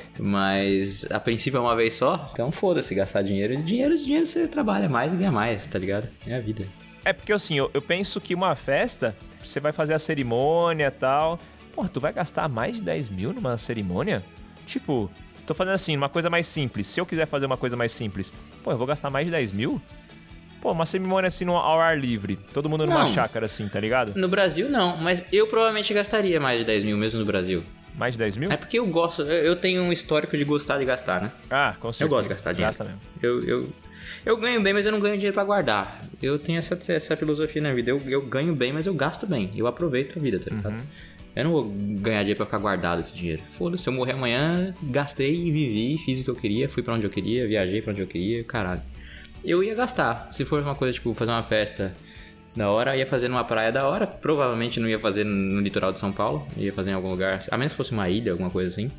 Mas a princípio é uma vez só. Então foda-se gastar dinheiro. Dinheiro, dinheiro você trabalha mais e ganha mais, tá ligado? É a vida. É porque assim, eu, eu penso que uma festa, você vai fazer a cerimônia e tal. Pô, tu vai gastar mais de dez mil numa cerimônia? Tipo, tô fazendo assim, uma coisa mais simples. Se eu quiser fazer uma coisa mais simples, pô, eu vou gastar mais de dez mil? Pô, uma cerimônia assim no, ao ar livre. Todo mundo numa Não. chácara assim, tá ligado? No Brasil não, mas eu provavelmente gastaria mais de dez mil mesmo no Brasil. Mais de dez mil? É porque eu gosto, eu eu tenho um histórico de gostar de gastar, né? Ah, com certeza. Eu gosto de gastar dinheiro. Gasta mesmo. Eu, eu, eu ganho bem, mas eu não ganho dinheiro pra guardar. Eu tenho essa, essa filosofia na vida. Eu, eu ganho bem, mas eu gasto bem. Eu aproveito a vida, tá ligado? Eu não vou ganhar dinheiro pra ficar guardado esse dinheiro. Foda-se, se eu morrer amanhã, gastei e vivi, fiz o que eu queria, fui pra onde eu queria, viajei pra onde eu queria, caralho. Eu ia gastar. Se for uma coisa tipo fazer uma festa da hora, ia fazer numa praia da hora. Provavelmente não ia fazer no litoral de São Paulo. Ia fazer em algum lugar, a menos que fosse uma ilha, alguma coisa assim.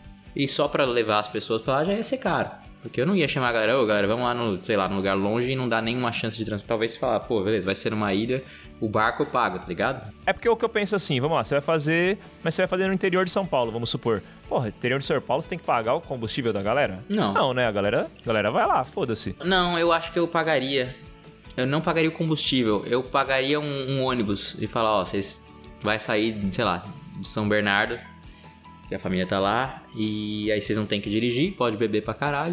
E só pra levar as pessoas pra lá já ia ser caro. Porque eu não ia chamar a galera, ô galera, vamos lá no, sei lá, num lugar longe e não dá nenhuma chance de transporte. Talvez se falar, pô, beleza, vai ser numa ilha, o barco eu pago, tá ligado? É porque o que eu penso assim, vamos lá, você vai fazer, mas você vai fazer no interior de São Paulo, vamos supor. Porra, interior de São Paulo você tem que pagar o combustível da galera? Não. Não, né? A galera, a galera vai lá, foda-se. Não, eu acho que eu pagaria. Eu não pagaria o combustível, eu pagaria um, um ônibus e falar, ó, vocês vai sair, sei lá, de São Bernardo, que a família tá lá, e aí vocês não tem que dirigir, pode beber pra caralho,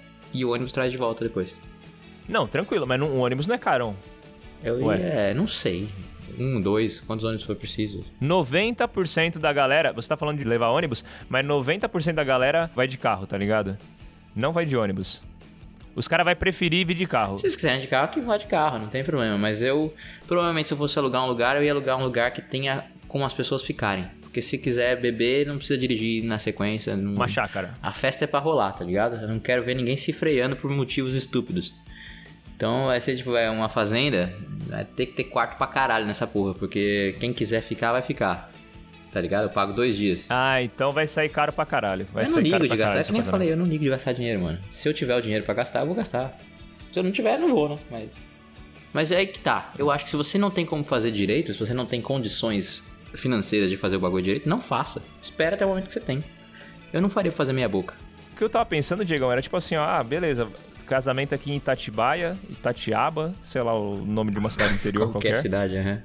e o ônibus traz de volta depois. Não, tranquilo, mas um ônibus não é carão. Eu Ué. ia, é, não sei, um, dois, quantos ônibus for preciso? noventa por cento da galera, você tá falando de levar ônibus, mas noventa por cento da galera vai de carro, tá ligado? Não vai de ônibus. Os caras vão preferir vir de carro. Se vocês quiserem de carro, que vá de carro, não tem problema. Mas eu, provavelmente, se eu fosse alugar um lugar, eu ia alugar um lugar que tenha como as pessoas ficarem. Porque se quiser beber, não precisa dirigir na sequência. Não... Uma chácara. A festa é pra rolar, tá ligado? Eu não quero ver ninguém se freando por motivos estúpidos. Então vai ser tipo, é uma fazenda, vai ter que ter quarto pra caralho nessa porra. Porque quem quiser ficar, vai ficar. Tá ligado? Eu pago dois dias. Ah, então vai sair caro pra caralho. Vai eu não sair ligo caro de pra gastar, caralho é que nem eu esse falei, eu não ligo de gastar dinheiro, mano. Se eu tiver o dinheiro pra gastar, eu vou gastar. Se eu não tiver, não vou, né? Mas... Mas é aí que tá. Eu acho que se você não tem como fazer direito, se você não tem condições financeiras de fazer o bagulho direito, não faça. Espera até o momento que você tem. Eu não faria fazer meia boca. O que eu tava pensando, Diegão, era tipo assim, ó, ah, beleza, casamento aqui em Itatibaia, Itatiaba, sei lá o nome de uma cidade interior Qualquer qualquer. cidade, aham.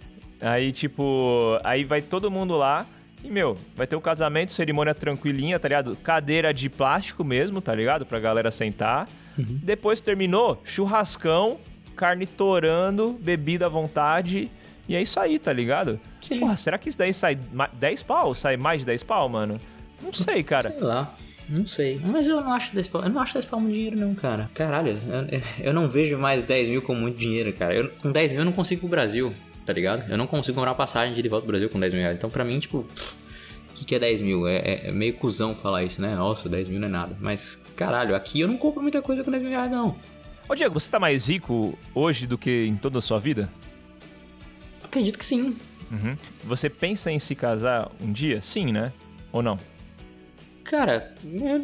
Aí, tipo, aí vai todo mundo lá e, meu, vai ter o casamento, cerimônia tranquilinha, tá ligado? Cadeira de plástico mesmo, tá ligado? Pra galera sentar. Uhum. Depois terminou, churrascão, carne torando, bebida à vontade. E é isso aí, tá ligado? Sim. Porra, será que isso daí sai ma- dez pau? Sai mais de dez pau, mano? Não sei, cara. Sei lá. Não sei. Mas eu não acho dez palmos, eu não acho dez palmos dinheiro não, cara. Caralho, eu, eu não vejo mais dez mil como muito dinheiro, cara. Eu, com dez mil eu não consigo ir pro Brasil, tá ligado? Eu não consigo comprar uma passagem de ir de volta pro Brasil com dez mil reais. Então pra mim, tipo, o que, que é dez mil? É, é, é meio cuzão falar isso, né? Nossa, dez mil não é nada. Mas, caralho, aqui eu não compro muita coisa com dez mil reais, não. Ô Diego, você tá mais rico hoje do que em toda a sua vida? Acredito que sim. Uhum. Você pensa em se casar um dia? Sim, né? Ou não? Cara, é...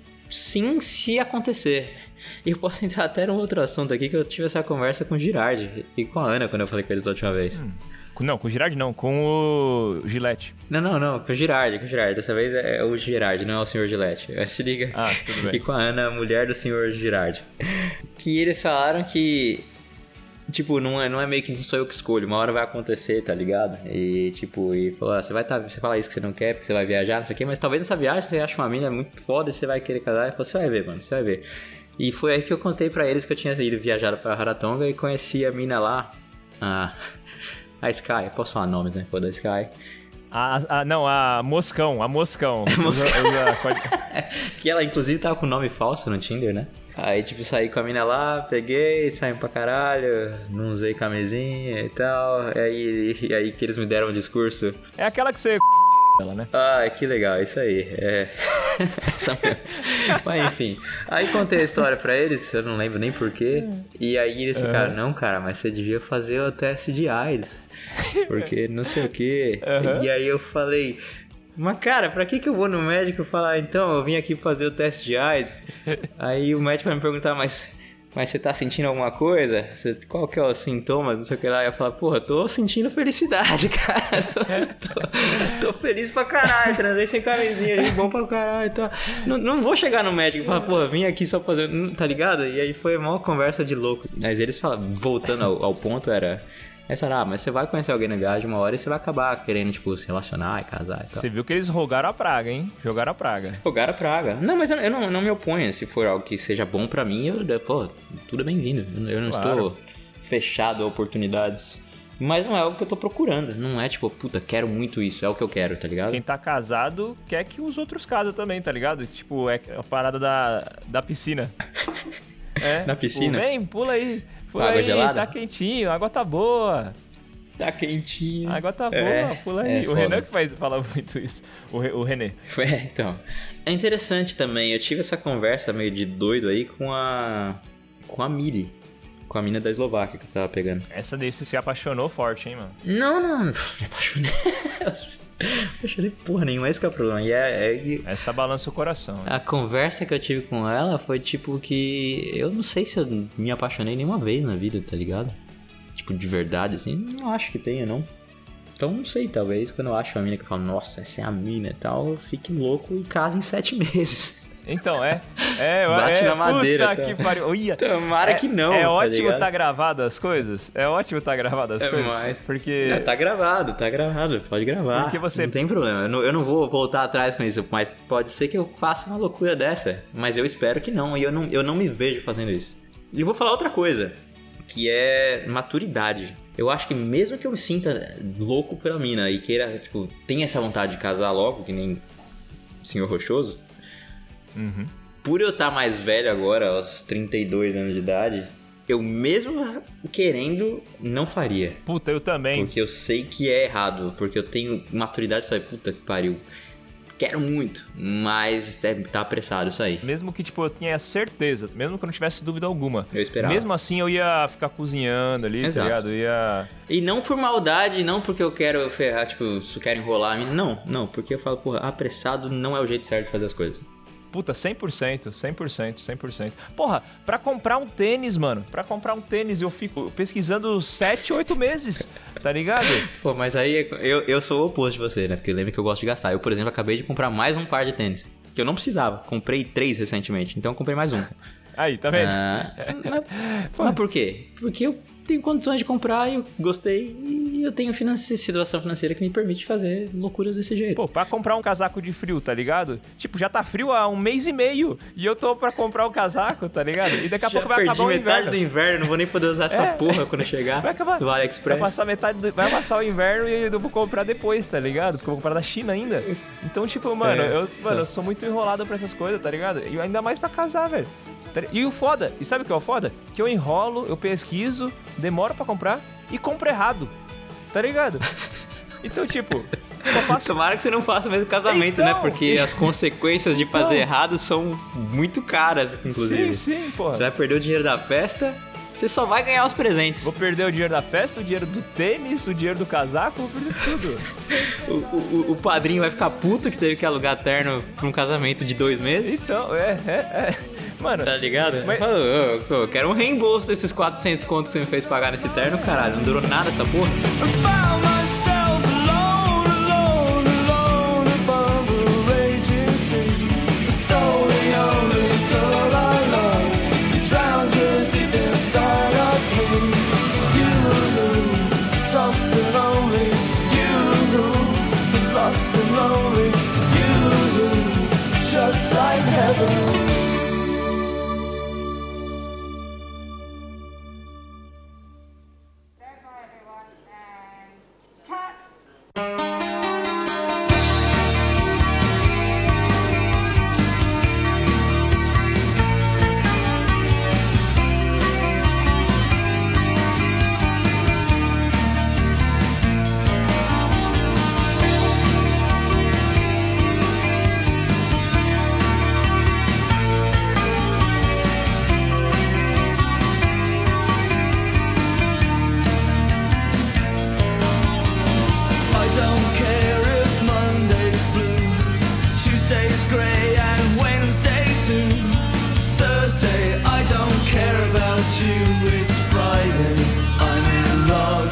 sim, se acontecer. E eu posso entrar até num outro assunto aqui, que eu tive essa conversa com o Girardi e com a Ana quando eu falei com eles da última vez. Hum. Não, com o Girardi não, com o Gillette. Não, não, não, com o Girardi, com o Girardi. Dessa vez é o Girardi, não é o senhor Gillette. Mas se liga. Ah, tudo bem. E com a Ana, a mulher do senhor Girardi. Que eles falaram que... Tipo, não é, não é meio que sou eu que escolho, uma hora vai acontecer, tá ligado? E tipo, e falou, ah, você vai tá, você fala isso que você não quer, porque você vai viajar, não sei o quê, mas talvez nessa viagem você ache uma mina muito foda e você vai querer casar. E falou, você vai ver, mano, você vai ver. E foi aí que eu contei pra eles que eu tinha ido viajar pra Rarotonga e conheci a mina lá, a, a Sky, posso falar nomes, né? Foda a Sky. A, a, não, a Moscão, a Moscão. É Moscão. Usa, usa, pode... Que ela inclusive tava com nome falso no Tinder, né? Aí, tipo, saí com a mina lá, peguei, saímos pra caralho, não usei camisinha e tal. E aí, e aí que eles me deram um discurso. É aquela que você ela, né? Ah, que legal, isso aí. É. Essa mesmo. Mas enfim. Aí contei a história pra eles, eu não lembro nem porquê. E aí eles ficaram, não, cara, mas você devia fazer o teste de AIDS. Porque não sei o quê. Uhum. E aí eu falei. Mas, cara, pra que que eu vou no médico e falar, então, eu vim aqui fazer o teste de AIDS? Aí o médico vai me perguntar, mas, mas você tá sentindo alguma coisa? Você, qual que é os sintomas, não sei o que lá? E eu falo, porra, tô sentindo felicidade, cara. Tô, tô, tô feliz pra caralho, transei sem camisinha ali, bom pra caralho. Tô... Não, não vou chegar no médico e falar, porra, vim aqui só fazer, tá ligado? E aí foi uma conversa de louco. Mas eles falam, voltando ao, ao ponto, era... Essa era, ah, mas você vai conhecer alguém na viagem uma hora e você vai acabar querendo, tipo, se relacionar e casar e tal. Você viu que eles rogaram a praga, hein? Jogaram a praga. Rogaram a praga. Não, mas eu, eu não, não me oponho. Se for algo que seja bom pra mim, eu, pô, tudo é bem-vindo. Eu, eu não claro. Estou fechado a oportunidades. Mas não é algo que eu tô procurando. Não é tipo, puta, quero muito isso. É o que eu quero, tá ligado? Quem tá casado quer que os outros casem também, tá ligado? Tipo, é a parada da, da piscina. É, na piscina? Tipo, vem, pula aí. Pula água aí, gelada? Tá quentinho, a água tá boa. Tá quentinho. A água tá boa, é, pula aí. É o foda. Renan que faz, fala muito isso. O, Re, o René. É, então. É interessante também. Eu tive essa conversa meio de doido aí com a... Com a Miri. Com a mina da Eslováquia que eu tava pegando. Essa daí você se apaixonou forte, hein, mano? Não, não. Me apaixonei. Apaixonei porra nenhuma. Esse que é o problema. E é, é... Essa balança o coração. Né? A conversa que eu tive com ela foi tipo que... Eu não sei se eu me apaixonei nenhuma vez na vida, tá ligado? Tipo, de verdade, assim. Não acho que tenha, não. Então, não sei. Talvez quando eu acho uma mina que eu falo, nossa, essa é a mina e tal, eu fique louco e caso em sete meses. Então, é. é Bate é, na madeira. Puta tá. que pariu. Ia. Tomara é, que não. É tá ótimo ligado? tá gravado as coisas. É ótimo tá gravado as é coisas. Mais. Porque. É, tá gravado, tá gravado. Pode gravar. Porque você. Não tem problema. Eu não, eu não vou voltar atrás com isso. Mas pode ser que eu faça uma loucura dessa. Mas eu espero que não. E eu não, eu não me vejo fazendo isso. E eu vou falar outra coisa. Que é maturidade. Eu acho que mesmo que eu me sinta louco pela mina e queira, tipo, tenha essa vontade de casar logo, que nem o senhor Rochoso, uhum. Por eu estar mais velho agora, aos trinta e dois anos de idade, eu mesmo querendo, não faria. Puta, eu também. Porque eu sei que é errado, porque eu tenho maturidade, sabe? Puta que pariu. Quero muito, mas tá apressado isso aí. Mesmo que, tipo, eu tinha certeza, mesmo que eu não tivesse dúvida alguma. Eu esperava. Mesmo assim, eu ia ficar cozinhando ali, Exato. Tá ligado? Eu ia... E não por maldade, não porque eu quero ferrar, tipo, se eu quero enrolar a mina. Não, não, porque eu falo, porra, apressado não é o jeito certo de fazer as coisas. Puta, cem por cento, cem por cento, cem por cento. Porra, pra comprar um tênis, mano, pra comprar um tênis eu fico pesquisando sete, oito meses, tá ligado? Pô, mas aí eu, eu sou o oposto de você, né? Porque lembra que eu gosto de gastar. Eu, por exemplo, acabei de comprar mais um par de tênis, que eu não precisava. Comprei três recentemente, então eu comprei mais um. Aí, tá vendo? Ah, mas, mas por quê? Porque eu tenho condições de comprar, eu gostei e eu tenho financi- situação financeira que me permite fazer loucuras desse jeito. Pô, pra comprar um casaco de frio, tá ligado? Tipo, já tá frio há um mês e meio e eu tô pra comprar o casaco, tá ligado? E daqui a Já pouco vai perdi acabar o metade inverno. do inverno, não vou nem poder usar essa É. porra quando eu chegar Vai acabar. do AliExpress. Vai passar metade do... Vai passar o inverno e eu vou comprar depois, tá ligado? Porque eu vou comprar da China ainda. Então, tipo, mano, É, eu, tá. mano, eu sou muito enrolado pra essas coisas, tá ligado? E ainda mais pra casar, velho. E o foda, e sabe o que é o foda? Que eu enrolo, eu pesquiso, demoro pra comprar e compro errado, tá ligado? Então, tipo, só faço... Tomara que você não faça mesmo casamento, Então. né? Porque as consequências de fazer Então. errado são muito caras, inclusive. Sim, sim, porra. Você vai perder o dinheiro da festa, você só vai ganhar os presentes. Vou perder o dinheiro da festa, o dinheiro do tênis, o dinheiro do casaco, vou perder tudo. O, o, o padrinho vai ficar puto que teve que alugar terno pra um casamento de dois meses. Então, é, é, é. Mano, Tá ligado? Mas- Ô, ô, ô, eu quero um reembolso desses quatrocentos contos que você me fez pagar nesse terno, caralho. Não durou nada essa porra. Found myself alone, alone, alone above a raging sea. Stole the only girl I loved, drowned her deep inside of me. You, soft and lonely, you, lost and lonely, you, just like heaven. I don't care if Monday's blue, Tuesday's grey and Wednesday too. Thursday, I don't care about you, it's Friday, I'm in love.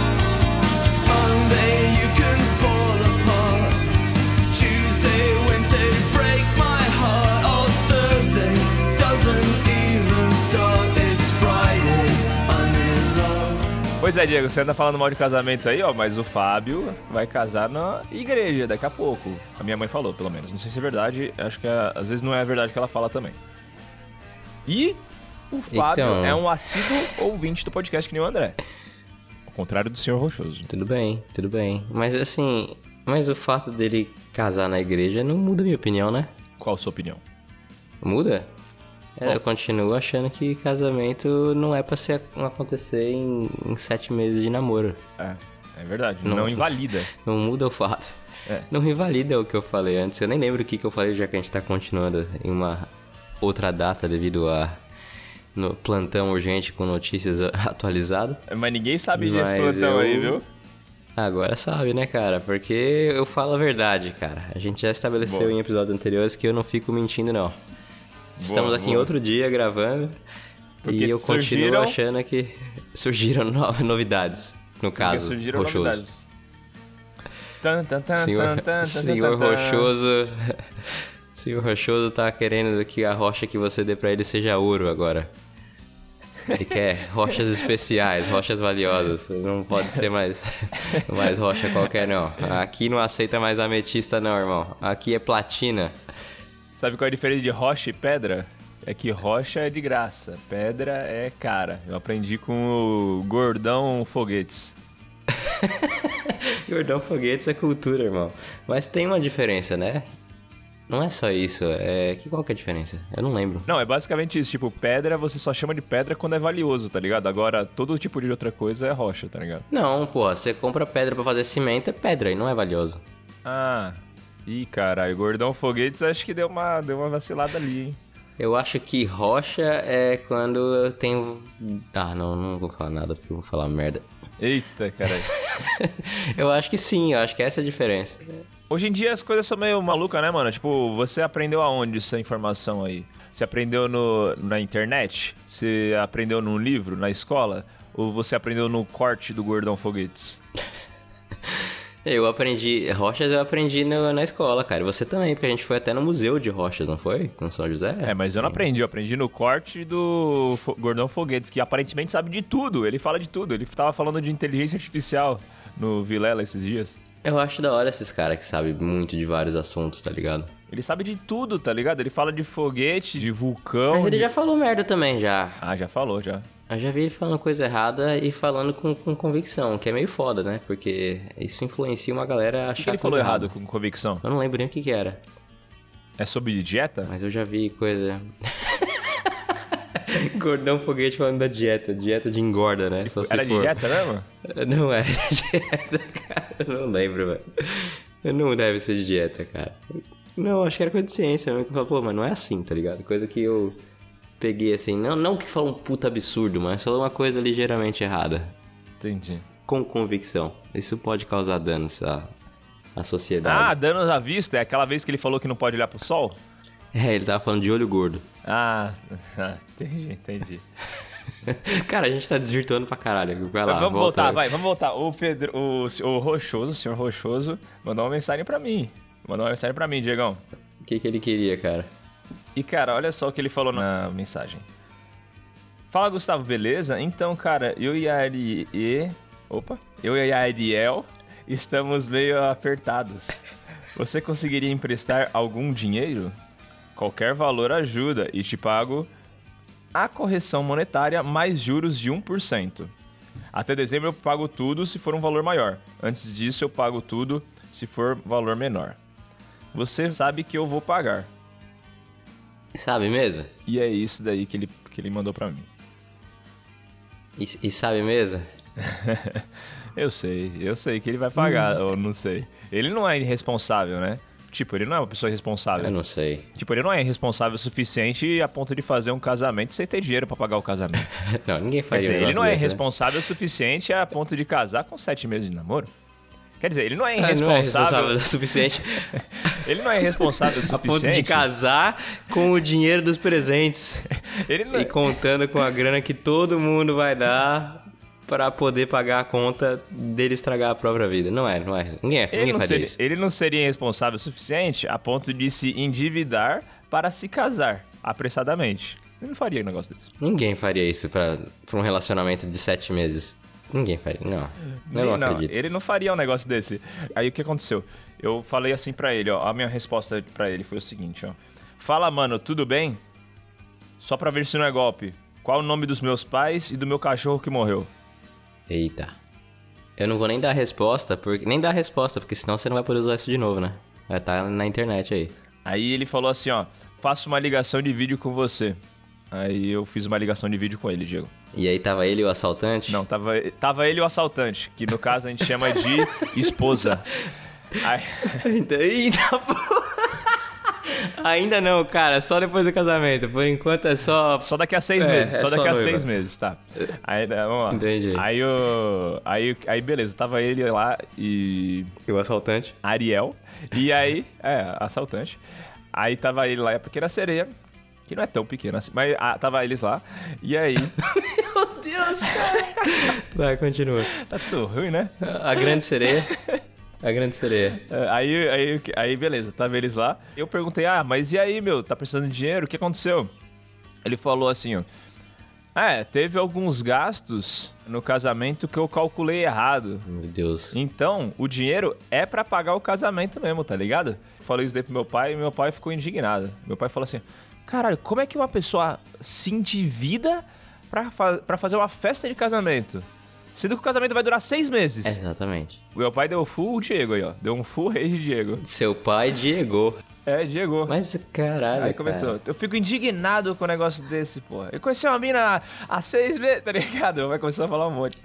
Monday, you can fall apart. Tuesday, Wednesday, break my heart. Oh, Thursday doesn't even start, it's Friday, I'm in love. Pois é, Diego, você anda falando mal de casamento aí, ó, mas o Fábio vai casar na igreja daqui a pouco. A minha mãe falou, pelo menos. Não sei se é verdade, acho que é- às vezes não é verdade que ela fala também. E o Fábio Então. é um assíduo ouvinte do podcast que nem o André. Ao contrário do senhor Rochoso. Tudo bem, tudo bem. Mas assim, mas o fato dele casar na igreja não muda a minha opinião, né? Qual a sua opinião? Muda? É, Bom. eu continuo achando que casamento não é pra ser, acontecer em, em sete meses de namoro. É, é verdade. Não, Não. invalida. Não muda o fato. É. Não invalida o que eu falei antes. Eu nem lembro o que, que eu falei, já que a gente tá continuando em uma outra data devido a no plantão urgente com notícias atualizadas. Mas ninguém sabe desse Mas plantão eu- aí, viu? Agora sabe, né, cara? Porque eu falo a verdade, cara. A gente já estabeleceu Boa. em episódios anteriores que eu não fico mentindo, não. Estamos aqui boa. em outro dia gravando Porque e eu continuo surgiram- achando que surgiram no- novidades, no Porque caso, surgiram Rochoso. novidades. Tan, tan, tan, Senhor, tan, tan, tan, senhor tan, tan. Rochoso... Senhor Rochoso tá querendo que a rocha que você dê pra ele seja ouro agora. Ele quer rochas especiais, rochas valiosas. Não pode ser mais, mais rocha qualquer, não. Aqui não aceita mais ametista, não, irmão. Aqui é platina. Sabe qual é a diferença de rocha e pedra? É que rocha é de graça, pedra é cara. Eu aprendi com o Gordão Foguetes. Gordão Foguetes é cultura, irmão. Mas tem uma diferença, né? Não é só isso. É... Que, qual que é a diferença? Eu não lembro. Não, é basicamente isso. Tipo, pedra você só chama de pedra quando é valioso, tá ligado? Agora, todo tipo de outra coisa é rocha, tá ligado? Não, porra. Você compra pedra pra fazer cimento, é pedra e não é valioso. Ah, ih, caralho. Gordão Foguetes acho que deu uma, deu uma vacilada ali, hein? Eu acho que rocha é quando eu tenho... Ah, não, não vou falar nada porque eu vou falar merda. Eita, caralho. Eu acho que sim, eu acho que essa é a diferença. Hoje em dia as coisas são meio malucas, né, mano? Tipo, você aprendeu aonde essa informação aí? Você aprendeu no, na internet? Você aprendeu num livro, na escola? Ou você aprendeu no corte do Gordão Foguetes? Eu aprendi, rochas eu aprendi no- na escola, cara. E você também, porque a gente foi até no museu de rochas, não foi? No São José? É, mas eu não aprendi, eu aprendi no corte do Fo- Gordão Foguetes, que aparentemente sabe de tudo, ele fala de tudo. Ele tava falando de inteligência artificial no Vilela esses dias. Eu acho da hora esses caras que sabem muito de vários assuntos, tá ligado? Ele sabe de tudo, tá ligado? Ele fala de foguete, de vulcão. Mas ele de- já falou merda também, já. Ah, já falou, já. Eu já vi ele falando coisa errada e falando com, com convicção, que é meio foda, né? Porque isso influencia uma galera a O achar que, que ele coisa falou errada. errado com convicção? Eu não lembro nem o que que era, É sobre dieta? mas eu já vi coisa... Gordão Foguete falando da dieta, dieta de engorda, né? Só se Era de for. dieta mesmo? Não era de dieta, cara. Eu não lembro, velho. Não deve ser de dieta, cara. Não, acho que era coisa de ciência mesmo. Que eu falo, pô, mas não é assim, tá ligado? Coisa que eu peguei assim. Não, não que fala um puta absurdo, mas falou uma coisa ligeiramente errada. Entendi. Com convicção. Isso pode causar danos à, à Ah, sociedade. danos à vista, é aquela vez que ele falou que não pode olhar pro sol? É, ele tava falando de olho gordo. Ah, entendi, entendi. Cara, a gente tá desvirtuando pra caralho. Vai lá, Mas vamos volta. voltar, vai, vamos voltar. O Pedro, o, o Rochoso, o senhor Rochoso, mandou uma mensagem pra mim. Mandou uma mensagem pra mim, Diegão. O que que ele queria, cara? E, cara, olha só o que ele falou na mensagem. Fala, Gustavo, beleza? Então, cara, eu e a Ari... Opa. Eu e a Ariel estamos meio apertados. Você conseguiria emprestar algum dinheiro? Qualquer valor ajuda e te pago a correção monetária mais juros de um por cento. Até dezembro eu pago tudo se for um valor maior. Antes disso eu pago tudo se for valor menor. Você sabe que eu vou pagar. Sabe mesmo? E é isso daí que ele, que ele mandou pra mim. E, e sabe mesmo? Eu sei, eu sei que ele vai pagar, ou não sei. Ele não é irresponsável, né? Tipo, ele não é uma pessoa irresponsável. Eu não sei. Tipo, ele não é irresponsável o suficiente a ponto de fazer um casamento sem ter dinheiro pra pagar o casamento. Não, ninguém Quer faria dizer, um ele negócio não é desse, né? irresponsável o suficiente a ponto de casar com sete meses de namoro. Quer dizer, ele não é Ah, não é irresponsável. responsável o suficiente Ele não é irresponsável o a suficiente. ponto de casar com o dinheiro dos presentes Ele não é- e contando com a grana que todo mundo vai dar pra poder pagar a conta dele estragar a própria vida. Não é, não é. Ninguém, é, Ele ninguém não, faria seria, isso. ele não seria irresponsável o suficiente a ponto de se endividar para se casar apressadamente. Ele não faria um negócio desse. Ninguém faria isso pra, pra um relacionamento de sete meses. Ninguém faria, não. Eu não, Ele acredito. Ele não faria um negócio desse. Aí o que aconteceu? Eu falei assim pra ele, ó. A minha resposta pra ele foi o seguinte, ó. Fala, mano, tudo bem? Só pra ver se não é golpe. Qual o nome dos meus pais e do meu cachorro que morreu? Eita. Eu não vou nem dar a resposta, porque nem dar a resposta, porque senão você não vai poder usar isso de novo, né? Vai estar na internet aí. Aí ele falou assim, ó. Faço uma ligação de vídeo com você. Aí eu fiz uma ligação de vídeo com ele, Diego. E aí tava ele e o assaltante? Não, tava, tava ele e o assaltante, que no caso a gente chama de esposa. Aí, Então, eita, porra. Ainda não, cara. Só depois do casamento. Por enquanto é só... só daqui a seis É, meses, é só só daqui a noiva. seis meses, tá. Aí, né, vamos lá. Entendi. Aí, o, aí, aí, beleza, tava ele lá e E o assaltante? Ariel, e aí, é, assaltante. Aí tava ele lá, e a pequena sereia, que não é tão pequena assim, mas ah, tava eles lá, e aí... Meu Deus, cara. Vai, continua. Tá tudo ruim, né? A grande sereia. A grande sereia. É, Aí, aí, aí, beleza, tava eles lá. Eu perguntei, ah, mas e aí, meu, tá precisando de dinheiro? O que aconteceu? Ele falou assim, ó. É, teve alguns gastos no casamento que eu calculei errado. Meu Deus. Então, o dinheiro é pra pagar o casamento mesmo, tá ligado? Eu falei isso daí pro meu pai e meu pai ficou indignado. Meu pai falou assim, caralho, como é que uma pessoa se endivida pra, fa pra fazer uma festa de casamento? Sendo que o casamento vai durar seis meses. Exatamente. O meu pai deu full Diego aí, ó. Deu um full rei de Diego. Seu pai Diego. É, Diego. Mas, caralho, Aí começou. cara. Eu fico indignado com um negócio desse, porra. Eu conheci uma mina há seis meses, tá ligado? Meu pai começou a falar um monte.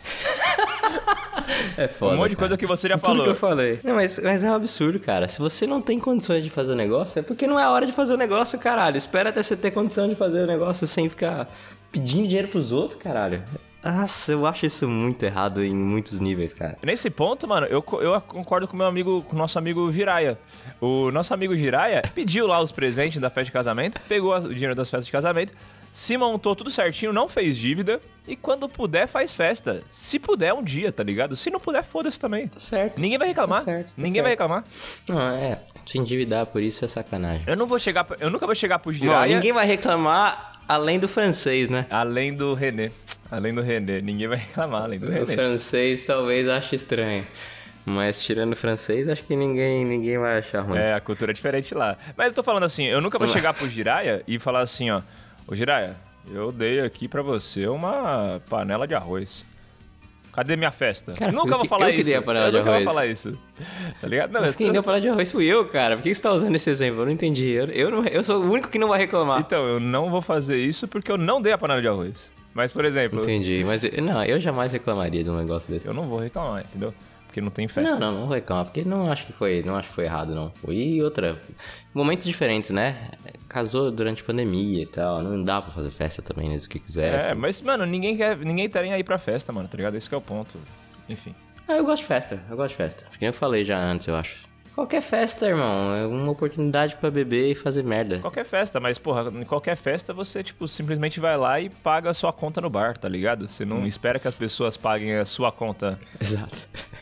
É foda, Um monte de cara. coisa que você já Tudo falou. que eu falei. Não, mas, mas é um absurdo, cara. Se você não tem condições de fazer o negócio, é porque não é a hora de fazer o negócio, caralho. Espera até você ter condição de fazer o negócio sem ficar pedindo dinheiro pros outros, caralho. Nossa, eu acho isso muito errado em muitos níveis, cara. Nesse ponto, mano, eu, co- eu concordo com meu amigo, com o nosso amigo Jiraya. O nosso amigo Jiraya pediu lá os presentes da festa de casamento, pegou as- o dinheiro das festas de casamento, se montou tudo certinho, não fez dívida, e quando puder, faz festa. Se puder, um dia, tá ligado? Se não puder, foda-se também. Tá certo. Ninguém vai reclamar. Tá certo, tá Ninguém vai certo. reclamar. Não, é, se endividar por isso é sacanagem. Eu não vou chegar, pra- eu nunca vou chegar pro Bom, Jiraya, ninguém vai reclamar além do francês, né? além do René. Além do René, ninguém vai reclamar, além do O René. francês talvez ache estranho. Mas tirando o francês, acho que ninguém, ninguém vai achar ruim. É, a cultura é diferente lá. Mas eu tô falando assim, eu nunca vou chegar pro Jiraya e falar assim, ó, ô Jiraya, eu dei aqui pra você uma panela de arroz. Cadê minha festa? Cara, nunca eu vou que- falar eu que isso. dei a panela eu de nunca arroz. vou falar isso. Tá ligado? Não, Mas eu quem tô- deu pra de arroz fui eu, cara. Por que você tá usando esse exemplo? Eu não entendi. Eu, eu, não, eu sou o único que não vai reclamar. Então, eu não vou fazer isso porque eu não dei a panela de arroz. Mas, por exemplo, Entendi. Mas eu- não, eu jamais reclamaria de um negócio desse. eu não vou reclamar, entendeu? Porque não tem festa. Não, não, não vou reclamar, porque não acho que foi, não acho que foi errado, não. E outra, momentos diferentes, né? Casou durante pandemia e tal, não dá pra fazer festa também, né? O que quiser. É, assim. mas, mano, ninguém quer, ninguém tá nem aí pra festa, mano, tá ligado? Esse que é o ponto. Enfim. Ah, eu gosto de festa, eu gosto de festa. Acho que nem eu falei já antes, eu acho. Qualquer festa, irmão, é uma oportunidade pra beber e fazer merda. Qualquer festa, mas, porra, em qualquer festa você, tipo, simplesmente vai lá e paga a sua conta no bar, tá ligado? Você não espera que as pessoas paguem a sua conta. Exato.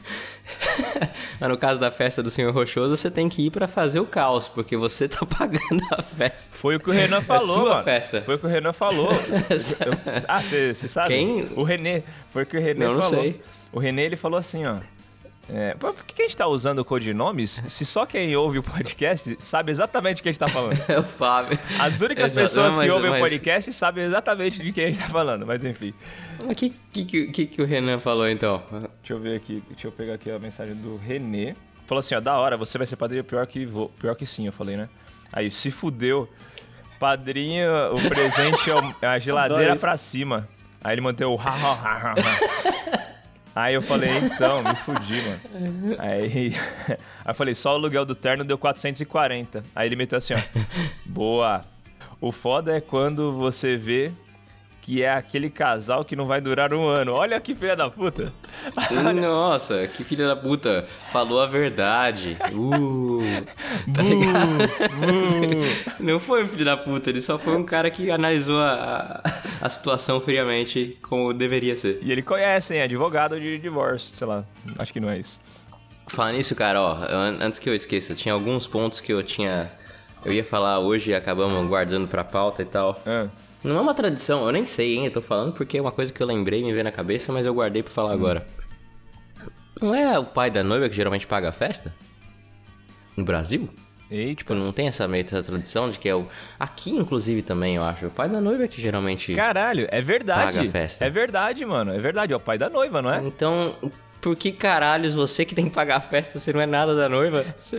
Mas no caso da festa do senhor Rochoso, você tem que ir pra fazer o caos, porque você tá pagando a festa. Foi o que o Renan falou, sua mano. festa. Foi o que o Renan falou. Eu- Ah, você sabe? Quem? O René. Foi o que o René Não, não falou. sei. O René, ele falou assim, ó. É, pô, por que que a gente tá usando codinomes se só quem ouve o podcast sabe exatamente o que a gente tá falando? É o Fábio. As únicas Exato. pessoas Não, mas- que ouvem mas- o podcast sabem exatamente de quem a gente tá falando, mas enfim. Mas o que, que, que, que que o Renan falou então? Deixa eu ver aqui, deixa eu pegar aqui a mensagem do René. Falou assim, ó, da hora, você vai ser padrinho pior que vou, pior que sim, eu falei, né? Aí, se fudeu, padrinho, o presente é o- é a geladeira Adoro isso. pra cima. Aí ele manteve o ha ha ha ha ha. Aí eu falei, então, me fudi, mano. Aí, aí eu falei, só o aluguel do terno deu quatrocentos e quarenta. Aí ele meteu assim, ó, boa. O foda é quando você vê que é aquele casal que não vai durar um ano. Olha que filha da puta. Nossa, que filha da puta. Falou a verdade. Uh, tá ligado? Não foi um filho da puta, ele só foi um cara que analisou a, a situação friamente como deveria ser. E ele conhece, hein? Advogado de divórcio, sei lá. Acho que não é isso. Falando nisso, cara, ó, an- antes que eu esqueça, tinha alguns pontos que eu tinha... Eu ia falar hoje e acabamos guardando pra pauta e tal. Ah, Não é uma tradição, eu nem sei, hein? Eu tô falando porque é uma coisa que eu lembrei e me veio na cabeça, mas eu guardei pra falar agora. Não é o pai da noiva que geralmente paga a festa? No Brasil? eita. Tipo, não tem essa meio essa tradição de que é o... Aqui, inclusive, também, eu acho. O pai da noiva é que geralmente... Caralho, é verdade. Paga a festa. É verdade, mano. É verdade, é o pai da noiva, não é? Então, por que caralhos você que tem que pagar a festa, você não é nada da noiva? Você...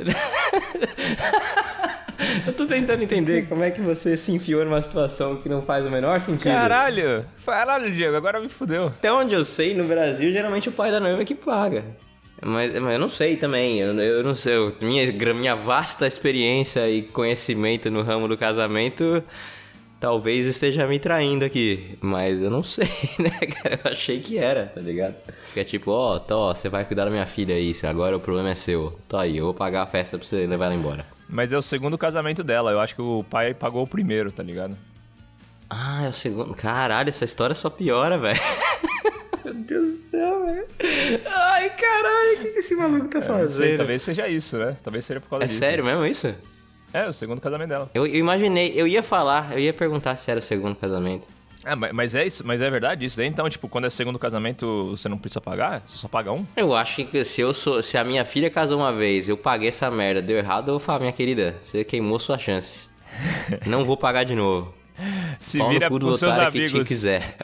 Eu tô tentando entender como é que você se enfiou numa situação que não faz o menor sentido. Caralho. Caralho, Diego, agora me fudeu. Até onde eu sei, no Brasil, geralmente o pai da noiva é que paga. Mas, mas eu não sei também, eu, eu não sei. eu- minha, gra- minha vasta experiência e conhecimento no ramo do casamento talvez esteja me traindo aqui. Mas eu não sei, né, cara? Eu achei que era, tá ligado? Que é tipo, ó, Tó, você vai cuidar da minha filha aí, agora o problema é seu. Tô aí, eu vou pagar a festa pra você levar ela embora. Mas é o segundo casamento dela. Eu acho que o pai pagou o primeiro, tá ligado? Ah, é o segundo. Caralho, essa história só piora, velho. Meu Deus do céu, velho. Ai, caralho, o que que esse maluco tá Eu não sei, fazendo? talvez seja isso, né? Talvez seja por causa É disso. sério mesmo isso? É, o segundo casamento dela. Eu, eu imaginei, eu ia falar, eu ia perguntar se era o segundo casamento. Ah, mas, mas é isso, mas é verdade isso daí? Então, tipo, quando é segundo casamento, você não precisa pagar? Você só paga um? Eu acho que se eu sou, se a minha filha casou uma vez, eu paguei essa merda, deu errado, eu vou falar, minha querida, você queimou sua chance. Não vou pagar de novo. Se Pau no vira cu do com seus otário que te amigos. quiser.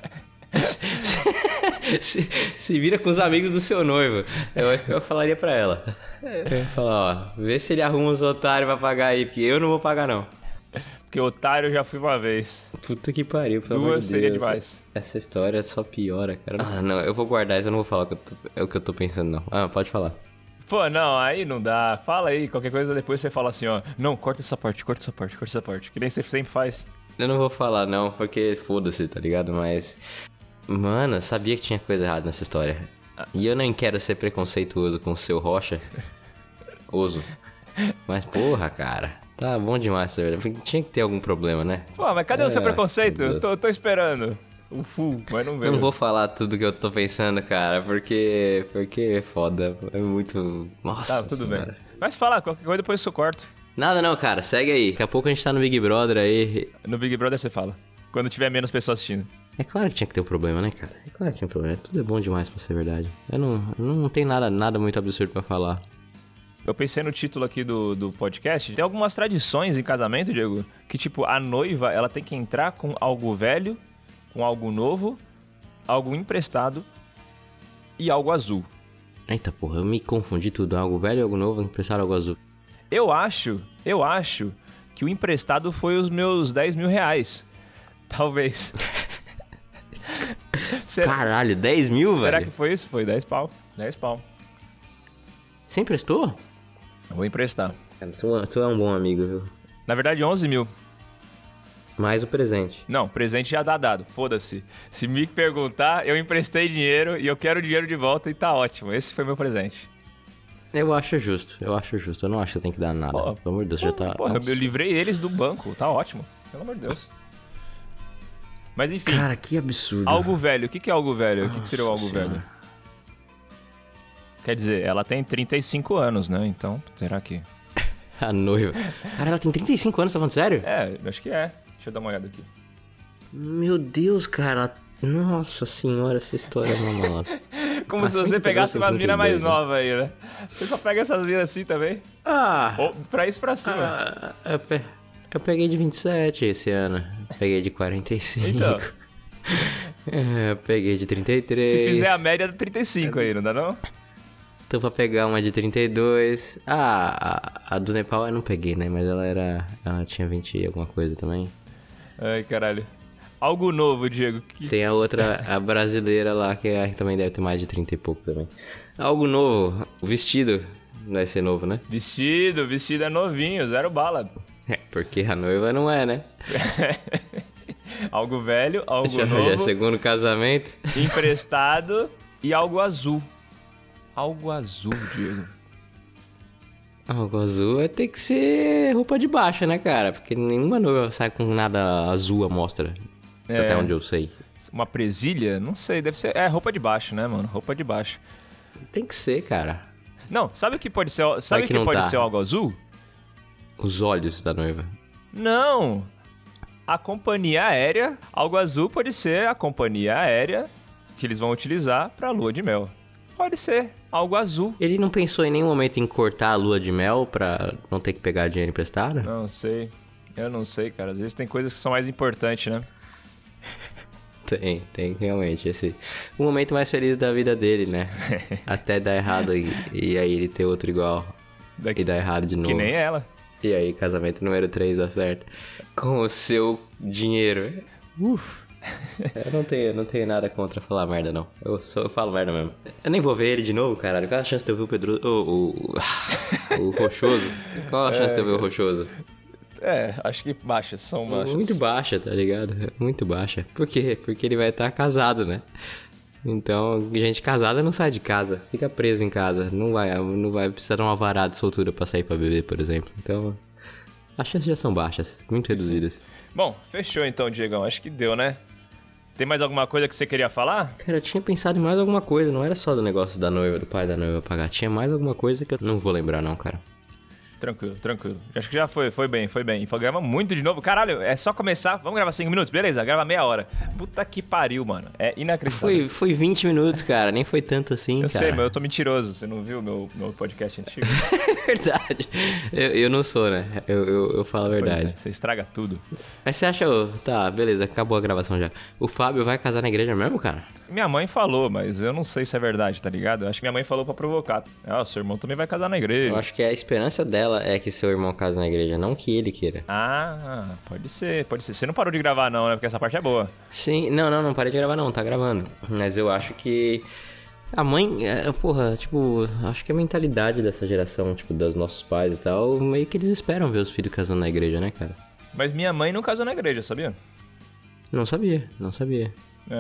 se, se vira com os amigos do seu noivo. Eu acho que eu falaria pra ela. Eu ia falar, ó, vê se ele arruma uns otários pra pagar aí, porque eu não vou pagar não. Porque otário eu já fui uma vez. Puta que pariu, pelo amor Duas de seria Deus. demais. Essa história só piora, cara. Ah, não, eu vou guardar isso, eu não vou falar o que eu tô, é o que eu tô pensando, não. Ah, pode falar. Pô, não, aí não dá. Fala aí, qualquer coisa depois você fala assim, ó. Não, corta essa parte, corta essa parte, corta essa parte. Que nem você sempre faz. Eu não vou falar, não, porque foda-se, tá ligado? Mas Mano, eu sabia que tinha coisa errada nessa história. E eu nem quero ser preconceituoso com o seu Rocha. Oso. Mas porra, cara. Tá bom demais, senhor. Tinha que ter algum problema, né? Pô, mas cadê o seu É, preconceito? meu Eu tô, eu tô esperando. O full, mas não Eu veio. não vou falar tudo que eu tô pensando, cara, porque. Porque é foda. É muito. Nossa. Tá, tudo senhora. bem. Mas fala, qualquer coisa depois eu corto. Nada não, cara. Segue aí. Daqui a pouco a gente tá no Big Brother aí. No Big Brother você fala. Quando tiver menos pessoas assistindo. É claro que tinha que ter um problema, né, cara? É claro que tinha um problema. Tudo é bom demais pra ser verdade. Eu não, não tem nada, nada muito absurdo pra falar. Eu pensei no título aqui do, do podcast. Tem algumas tradições em casamento, Diego, que tipo, a noiva, ela tem que entrar com algo velho, com algo novo, algo emprestado e algo azul. Eita porra, eu me confundi tudo. Algo velho, algo novo, emprestaram algo azul. Eu acho, eu acho que o emprestado foi os meus dez mil reais. Talvez. Será, Caralho, dez mil, velho? será que foi isso? Foi dez pau. dez pau. Você emprestou? Eu vou emprestar. Cara, tu, tu é um bom amigo, viu? Na verdade, onze mil. Mais o presente. Não, presente já dá dado. Foda-se. Se me perguntar, eu emprestei dinheiro e eu quero o dinheiro de volta e tá ótimo. Esse foi meu presente. Eu acho justo, eu acho justo. Eu não acho que tem que dar nada. Pô, Pelo amor de Deus, já tá... Porra, Nossa. eu livrei eles do banco. Tá ótimo. Pelo amor de Deus. Mas enfim, Cara, que absurdo. algo velho. O que, que é algo velho? O que, que seria o algo Nossa Senhora. velho? Quer dizer, ela tem trinta e cinco anos, né? Então, será que... A noiva. Cara, ela tem trinta e cinco anos, tá falando sério? É, acho que é. Deixa eu dar uma olhada aqui. Meu Deus, cara. Nossa senhora, essa história é uma maluca. Como Ah, se você sempre pegasse pegou umas minas mais trinta e dois, né? novas aí, né? Você só pega essas minas assim também? Ah, Ou pra isso pra cima. ah, eu, pe- eu peguei de vinte e sete esse ano. Peguei de quarenta e cinco. Então. É, eu peguei de trinta e três. Se fizer a média do trinta e cinco aí, não dá não? Tô pra pegar uma de trinta e dois. Ah, a, a do Nepal eu não peguei, né? Mas ela era... Ela tinha vinte e alguma coisa também. Ai, caralho. Algo novo, Diego. Que... Tem a outra, a brasileira lá, que é- também deve ter mais de trinta e pouco também. Algo novo. O vestido vai ser novo, né? Vestido, vestido é novinho, zero bala. É, porque a noiva não é, né? Algo velho, algo Já, já é novo, segundo casamento. emprestado e algo azul. Algo azul, Diego. Algo azul vai ter que ser roupa de baixa, né, cara? Porque nenhuma noiva sai com nada azul à mostra. É. Até onde eu sei. Uma presilha? Não sei, deve ser... É, roupa de baixo, né, mano? Roupa de baixo. Tem que ser, cara. Não, sabe o que pode ser... Sabe o que que não pode tá. ser algo azul? Os olhos da noiva. Não! A companhia aérea, algo azul pode ser a companhia aérea que eles vão utilizar pra lua de mel. Pode ser, algo azul. Ele não pensou em nenhum momento em cortar a lua de mel pra não ter que pegar dinheiro emprestado? Não sei, eu não sei, cara. Às vezes tem coisas que são mais importantes, né? Tem, tem realmente esse... O momento mais feliz da vida dele, né? Até dar errado e, e aí ele ter outro igual. Daqui- E dar errado de novo. Que nem ela. E aí, casamento número três dá certo. Com o seu dinheiro. Uf. Eu não tenho, não tenho nada contra falar merda, não. Eu, só, eu falo merda mesmo. Eu nem vou ver ele de novo, caralho. Qual a chance de eu ver o Pedro... O, o, o, o Rochoso? Qual a chance de eu ver o Rochoso? É, acho que baixas, são baixas. Muito baixa, tá ligado? Muito baixa. Por quê? Porque ele vai estar casado, né? Então, gente casada não sai de casa. Fica preso em casa. Não vai, não vai precisar de uma alvará de soltura pra sair pra beber, por exemplo. Então, as chances já são baixas. Muito reduzidas. Bom, fechou então, Diegão. Acho que deu, né? Tem mais alguma coisa que você queria falar? Cara, eu tinha pensado em mais alguma coisa. Não era só do negócio da noiva, do pai da noiva pagar. Tinha mais alguma coisa que eu não vou lembrar, não, cara. Tranquilo, tranquilo. Acho que já foi, foi bem, foi bem. E foi grava muito de novo. Caralho, é só começar. Vamos gravar cinco minutos? Beleza, grava meia hora. Puta que pariu, mano. É inacreditável. Foi, foi vinte minutos, cara. Nem foi tanto assim, Eu cara. sei, mas eu tô mentiroso. Você não viu meu, meu podcast antigo? É verdade. Eu, eu não sou, né? Eu, eu, eu falo a Pois verdade. é, você estraga tudo. Mas você acha... ô, Tá, beleza. Acabou a gravação já. O Fábio vai casar na igreja mesmo, cara? Minha mãe falou, mas eu não sei se é verdade, tá ligado? Eu acho que minha mãe falou pra provocar. Ah, seu irmão também vai casar na igreja. Eu acho que a esperança dela é que seu irmão case na igreja, não que ele queira. Ah, pode ser, pode ser. Você não parou de gravar não, né? Porque essa parte é boa. Sim, não, não, não parei de gravar não, tá gravando. Mas eu acho que a mãe, é, porra, tipo, acho que a mentalidade dessa geração, tipo, dos nossos pais e tal, meio que eles esperam ver os filhos casando na igreja, né, cara? Mas minha mãe não casou na igreja, sabia? Não sabia, não sabia. É.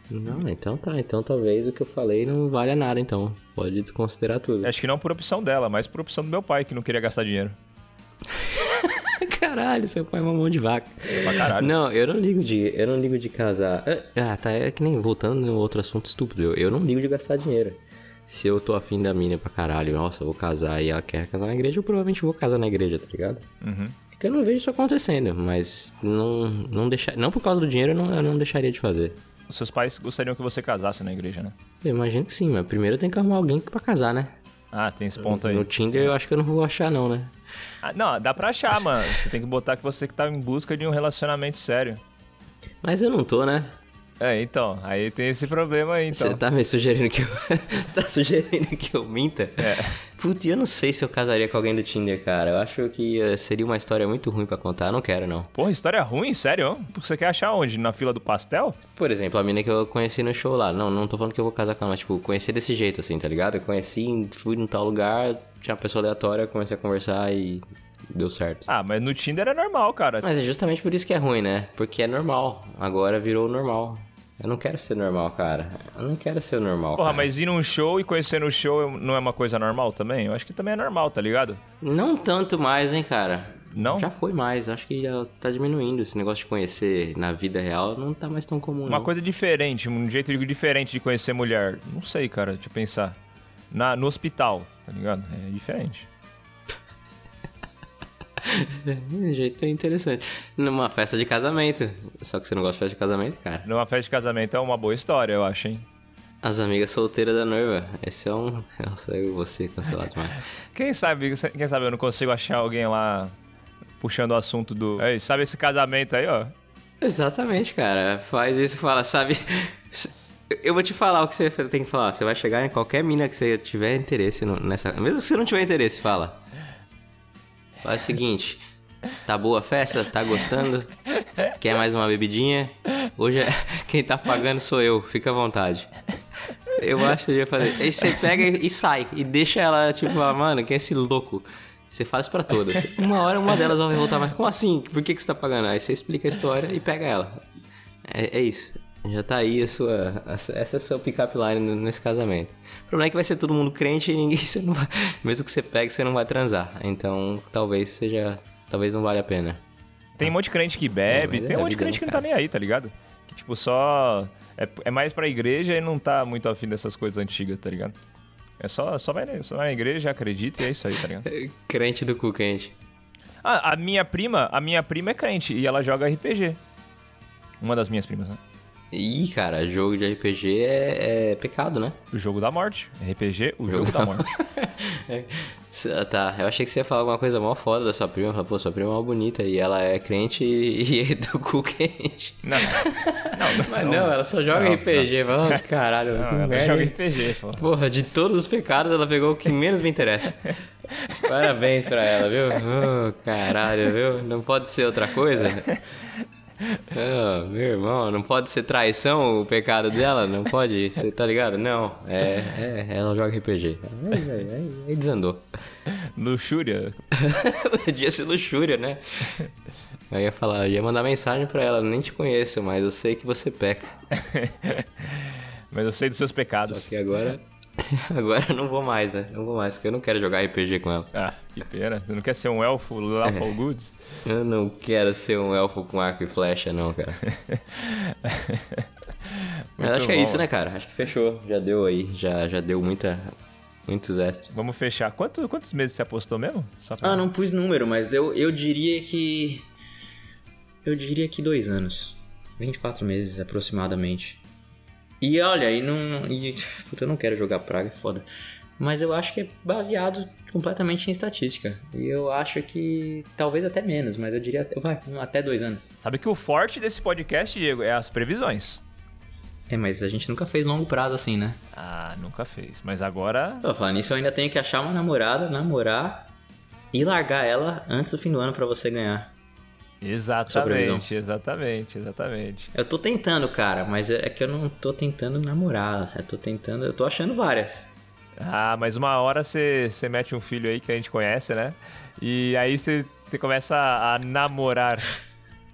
Não, então tá. Então talvez o que eu falei não valha nada, então. Pode desconsiderar tudo. Acho que não por opção dela, mas por opção do meu pai, que não queria gastar dinheiro. Caralho, seu pai é uma mão de vaca. Pra caralho. Não, eu não ligo de, eu não ligo de casar. Ah, tá, é que nem voltando no outro assunto estúpido. Eu, eu não ligo de gastar dinheiro. Se eu tô afim da mina pra caralho, nossa, eu vou casar e ela quer casar na igreja, eu provavelmente vou casar na igreja, tá ligado? Uhum. Porque eu não vejo isso acontecendo, mas não, não deixar, não por causa do dinheiro eu não, eu não deixaria de fazer. Os seus pais gostariam que você casasse na igreja, né? Eu imagino que sim, mas primeiro tem que arrumar alguém pra casar, né? Ah, tem esse ponto aí. No Tinder eu acho que eu não vou achar não, né? Ah, não, dá pra achar, mano. Você tem que botar que você que tá em busca de um relacionamento sério. Mas eu não tô, né? É, então, aí tem esse problema aí, então. Você tá me sugerindo que eu... Você tá sugerindo que eu minta? É. Putz, eu não sei se eu casaria com alguém do Tinder, cara. Eu acho que eh, seria uma história muito ruim pra contar. Eu não quero, não. Porra, história ruim? Sério? Você quer achar onde? Na fila do pastel? Por exemplo, a mina que eu conheci no show lá. Não, não tô falando que eu vou casar com ela, mas, tipo, conheci desse jeito, assim, tá ligado? Eu conheci, fui em tal lugar, tinha uma pessoa aleatória, comecei a conversar e deu certo. Ah, mas no Tinder é normal, cara. Mas é justamente por isso que é ruim, né? Porque é normal. Agora virou normal. Eu não quero ser normal, cara. Eu não quero ser normal, Porra, cara. mas ir num show e conhecer no show não é uma coisa normal também? Eu acho que também é normal, tá ligado? Não tanto mais, hein, cara. Não? Já foi mais. Acho que já tá diminuindo. Esse negócio de conhecer na vida real não tá mais tão comum, Uma não. coisa diferente, um jeito diferente de conhecer mulher. Não sei, cara, deixa eu pensar. Na, no hospital, tá ligado? É diferente. De jeito interessante. Numa festa de casamento. Só que você não gosta de festa de casamento, cara. Numa festa de casamento é uma boa história, eu acho, hein? As amigas solteiras da noiva. Esse é um... Nossa, eu vou ser cancelado demais. Quem sabe, quem sabe eu não consigo achar alguém lá puxando o assunto do... Ei, sabe esse casamento aí, ó? Exatamente, cara. Faz isso e fala, sabe... Eu vou te falar o que você tem que falar. Você vai chegar em qualquer mina que você tiver interesse no- nessa... Mesmo que você não tiver interesse, fala. Faz o seguinte... Tá boa a festa? Tá gostando? Quer mais uma bebidinha? Hoje é... quem tá pagando sou eu. Fica à vontade. Eu acho que eu ia fazer. Aí você pega e sai. E deixa ela, tipo, falar, mano, quem é esse louco? Você faz pra todas. Uma hora uma delas vai voltar, mas como assim? Por que, que você tá pagando? Aí você explica a história e pega ela. É, é isso. Já tá aí a sua... Essa é a sua pick-up line nesse casamento. O problema é que vai ser todo mundo crente e ninguém... Você não vai, mesmo que você pegue, você não vai transar. Então, talvez seja... Talvez não valha a pena. Tem um monte de crente que bebe, É, mas tem um é a monte de vida, crente né, que não tá nem aí, tá ligado? Que, tipo, só... É, é mais pra igreja e não tá muito afim dessas coisas antigas, tá ligado? É só, só, vai, só vai na igreja, acredita e é isso aí, tá ligado? Crente do cu quente. Ah, a minha prima, a minha prima é crente e ela joga R P G. Uma das minhas primas, né? Ih, cara, jogo de R P G é, é pecado, né? O jogo da morte. R P G, o jogo, da morte. Ah, tá, eu achei que você ia falar alguma coisa mó foda da sua prima. Eu falei, pô, sua prima é mó bonita e ela é crente e, e é do cu quente. Não, não, Mas não, ela só joga Não, R P G. Mano, caralho, não, que ela merda, joga hein? R P G, pô. Porra, de todos os pecados, ela pegou o que menos me interessa. Parabéns pra ela, viu? Oh, caralho, viu? Não pode ser outra coisa? Oh, meu irmão, não pode ser traição o pecado dela? Não pode? Você tá ligado? Não, é, é ela joga R P G. Aí, aí, aí, aí desandou. Luxúria. Podia ser luxúria, né? Eu ia falar, eu ia mandar mensagem pra ela, nem te conheço, mas eu sei que você peca. Mas eu sei dos seus pecados. Só que agora... Agora eu não vou mais, né? Não vou mais, porque eu não quero jogar R P G com ela. Ah, que pena. Você não quer ser um elfo Lawful Goods? Eu não quero ser um elfo com arco e flecha, não, cara. Mas acho que é bom. isso, né, cara? Acho que fechou. Já deu aí. Já, já deu muita, muitos extras. Vamos fechar. Quanto, quantos meses você apostou mesmo? Só pra... Ah, não pus número, mas eu, eu diria que... Eu diria que dois anos. vinte e quatro meses, aproximadamente. E olha, e não... E, puta, eu não quero jogar praga, é foda. Mas eu acho que é baseado completamente em estatística. E eu acho que talvez até menos, mas eu diria vai, até dois anos. Sabe que o forte desse podcast, Diego, é as previsões. É, mas a gente nunca fez longo prazo assim, né? Ah, nunca fez. Mas agora... Tô falando nisso, eu ainda tenho que achar uma namorada, namorar e largar ela antes do fim do ano pra você ganhar. Exatamente, exatamente, exatamente. Eu tô tentando, cara, mas é que eu não tô tentando namorar. Eu tô tentando, eu tô achando várias. Ah, mas uma hora você você mete um filho aí que a gente conhece, né? E aí você você começa a, a namorar.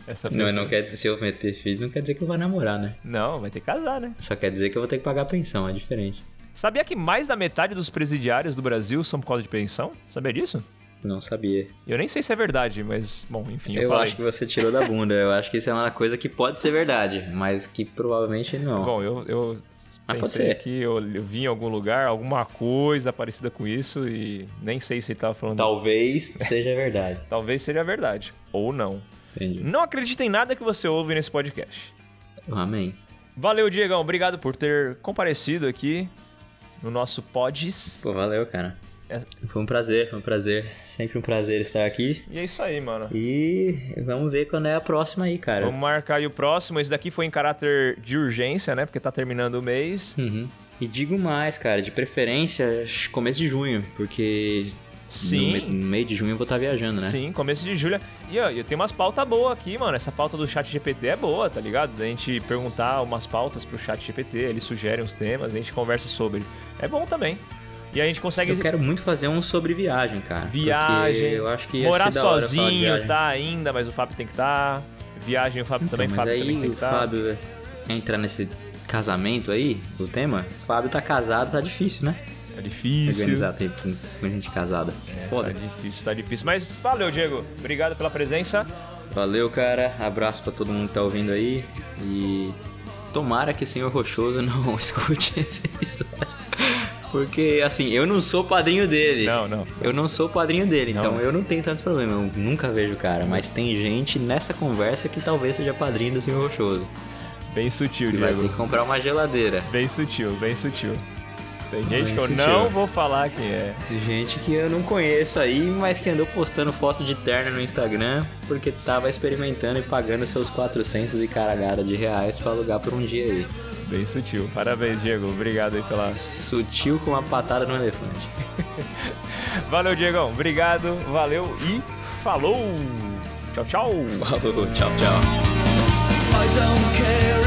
essa Não, pessoa. não quer dizer, se eu meter filho, não quer dizer que eu vou namorar, né? Não, vai ter que casar, né? Só quer dizer que eu vou ter que pagar a pensão, é diferente. Sabia que mais da metade dos presidiários do Brasil são por causa de pensão? Sabia disso? Não sabia. Eu nem sei se é verdade, mas, bom, enfim, eu, Eu falei. acho que você tirou da bunda. Eu acho que isso é uma coisa que pode ser verdade, mas que provavelmente não. Bom, eu, eu Mas pode pensei ser. que eu, eu vi em algum lugar alguma coisa parecida com isso e nem sei se ele tava falando... Talvez seja verdade. Talvez seja verdade, ou não. Entendi. Não acredita em nada que você ouve nesse podcast. Amém. Valeu, Diegão. Obrigado por ter comparecido aqui no nosso Pods. Pô, valeu, cara. É- Foi um prazer, foi um prazer. Sempre um prazer estar aqui. E é isso aí, mano. E vamos ver quando é a próxima aí, cara. Vamos marcar aí o próximo. Esse daqui foi em caráter de urgência, né? Porque tá terminando o mês. Uhum. E digo mais, cara, de preferência, começo de junho, porque Sim. no, me- no meio de junho eu vou estar viajando, né? Sim, começo de julho. E ó, eu tenho umas pautas boas aqui, mano. Essa pauta do chat G P T é boa, tá ligado? Da gente perguntar umas pautas pro chat G P T, ele sugere uns temas, a gente conversa sobre. É bom também. E a gente consegue Eu quero muito fazer um sobre viagem, cara. viagem, porque eu acho que ia morar ser da hora falar de sozinho, viagem. tá ainda, mas o Fábio tem que estar. Viagem, o Fábio Então, também, mas Fábio aí também tem o que estar. Fábio entra nesse casamento aí, o tema. O Fábio tá casado, tá difícil, né? É difícil. Organizar tempo com, com gente casada. É, Foda. Tá difícil, tá difícil. Mas valeu, Diego. Obrigado pela presença. Valeu, cara. Abraço pra todo mundo que tá ouvindo aí. E tomara que o senhor Rochoso não escute esse episódio. Porque, assim, eu não sou padrinho dele. Não, não. Eu não sou padrinho dele, Não. então eu não tenho tantos problemas. Eu nunca vejo o cara. Mas tem gente nessa conversa que talvez seja padrinho do senhor Rochoso. Bem sutil, Que vai ter Diego. que comprar uma geladeira. Bem sutil, bem sutil. Tem gente Bem que eu sutil. não vou falar quem é. Gente que eu não conheço aí, mas que andou postando foto de terno no Instagram porque tava experimentando e pagando seus quatrocentos e caralhada de reais pra alugar por um dia aí. Bem sutil. Parabéns, Diego. Obrigado aí pela... Sutil com uma patada no elefante. Valeu, Diegão. Obrigado, valeu e falou! Tchau, tchau! Falou, tchau, tchau. I don't care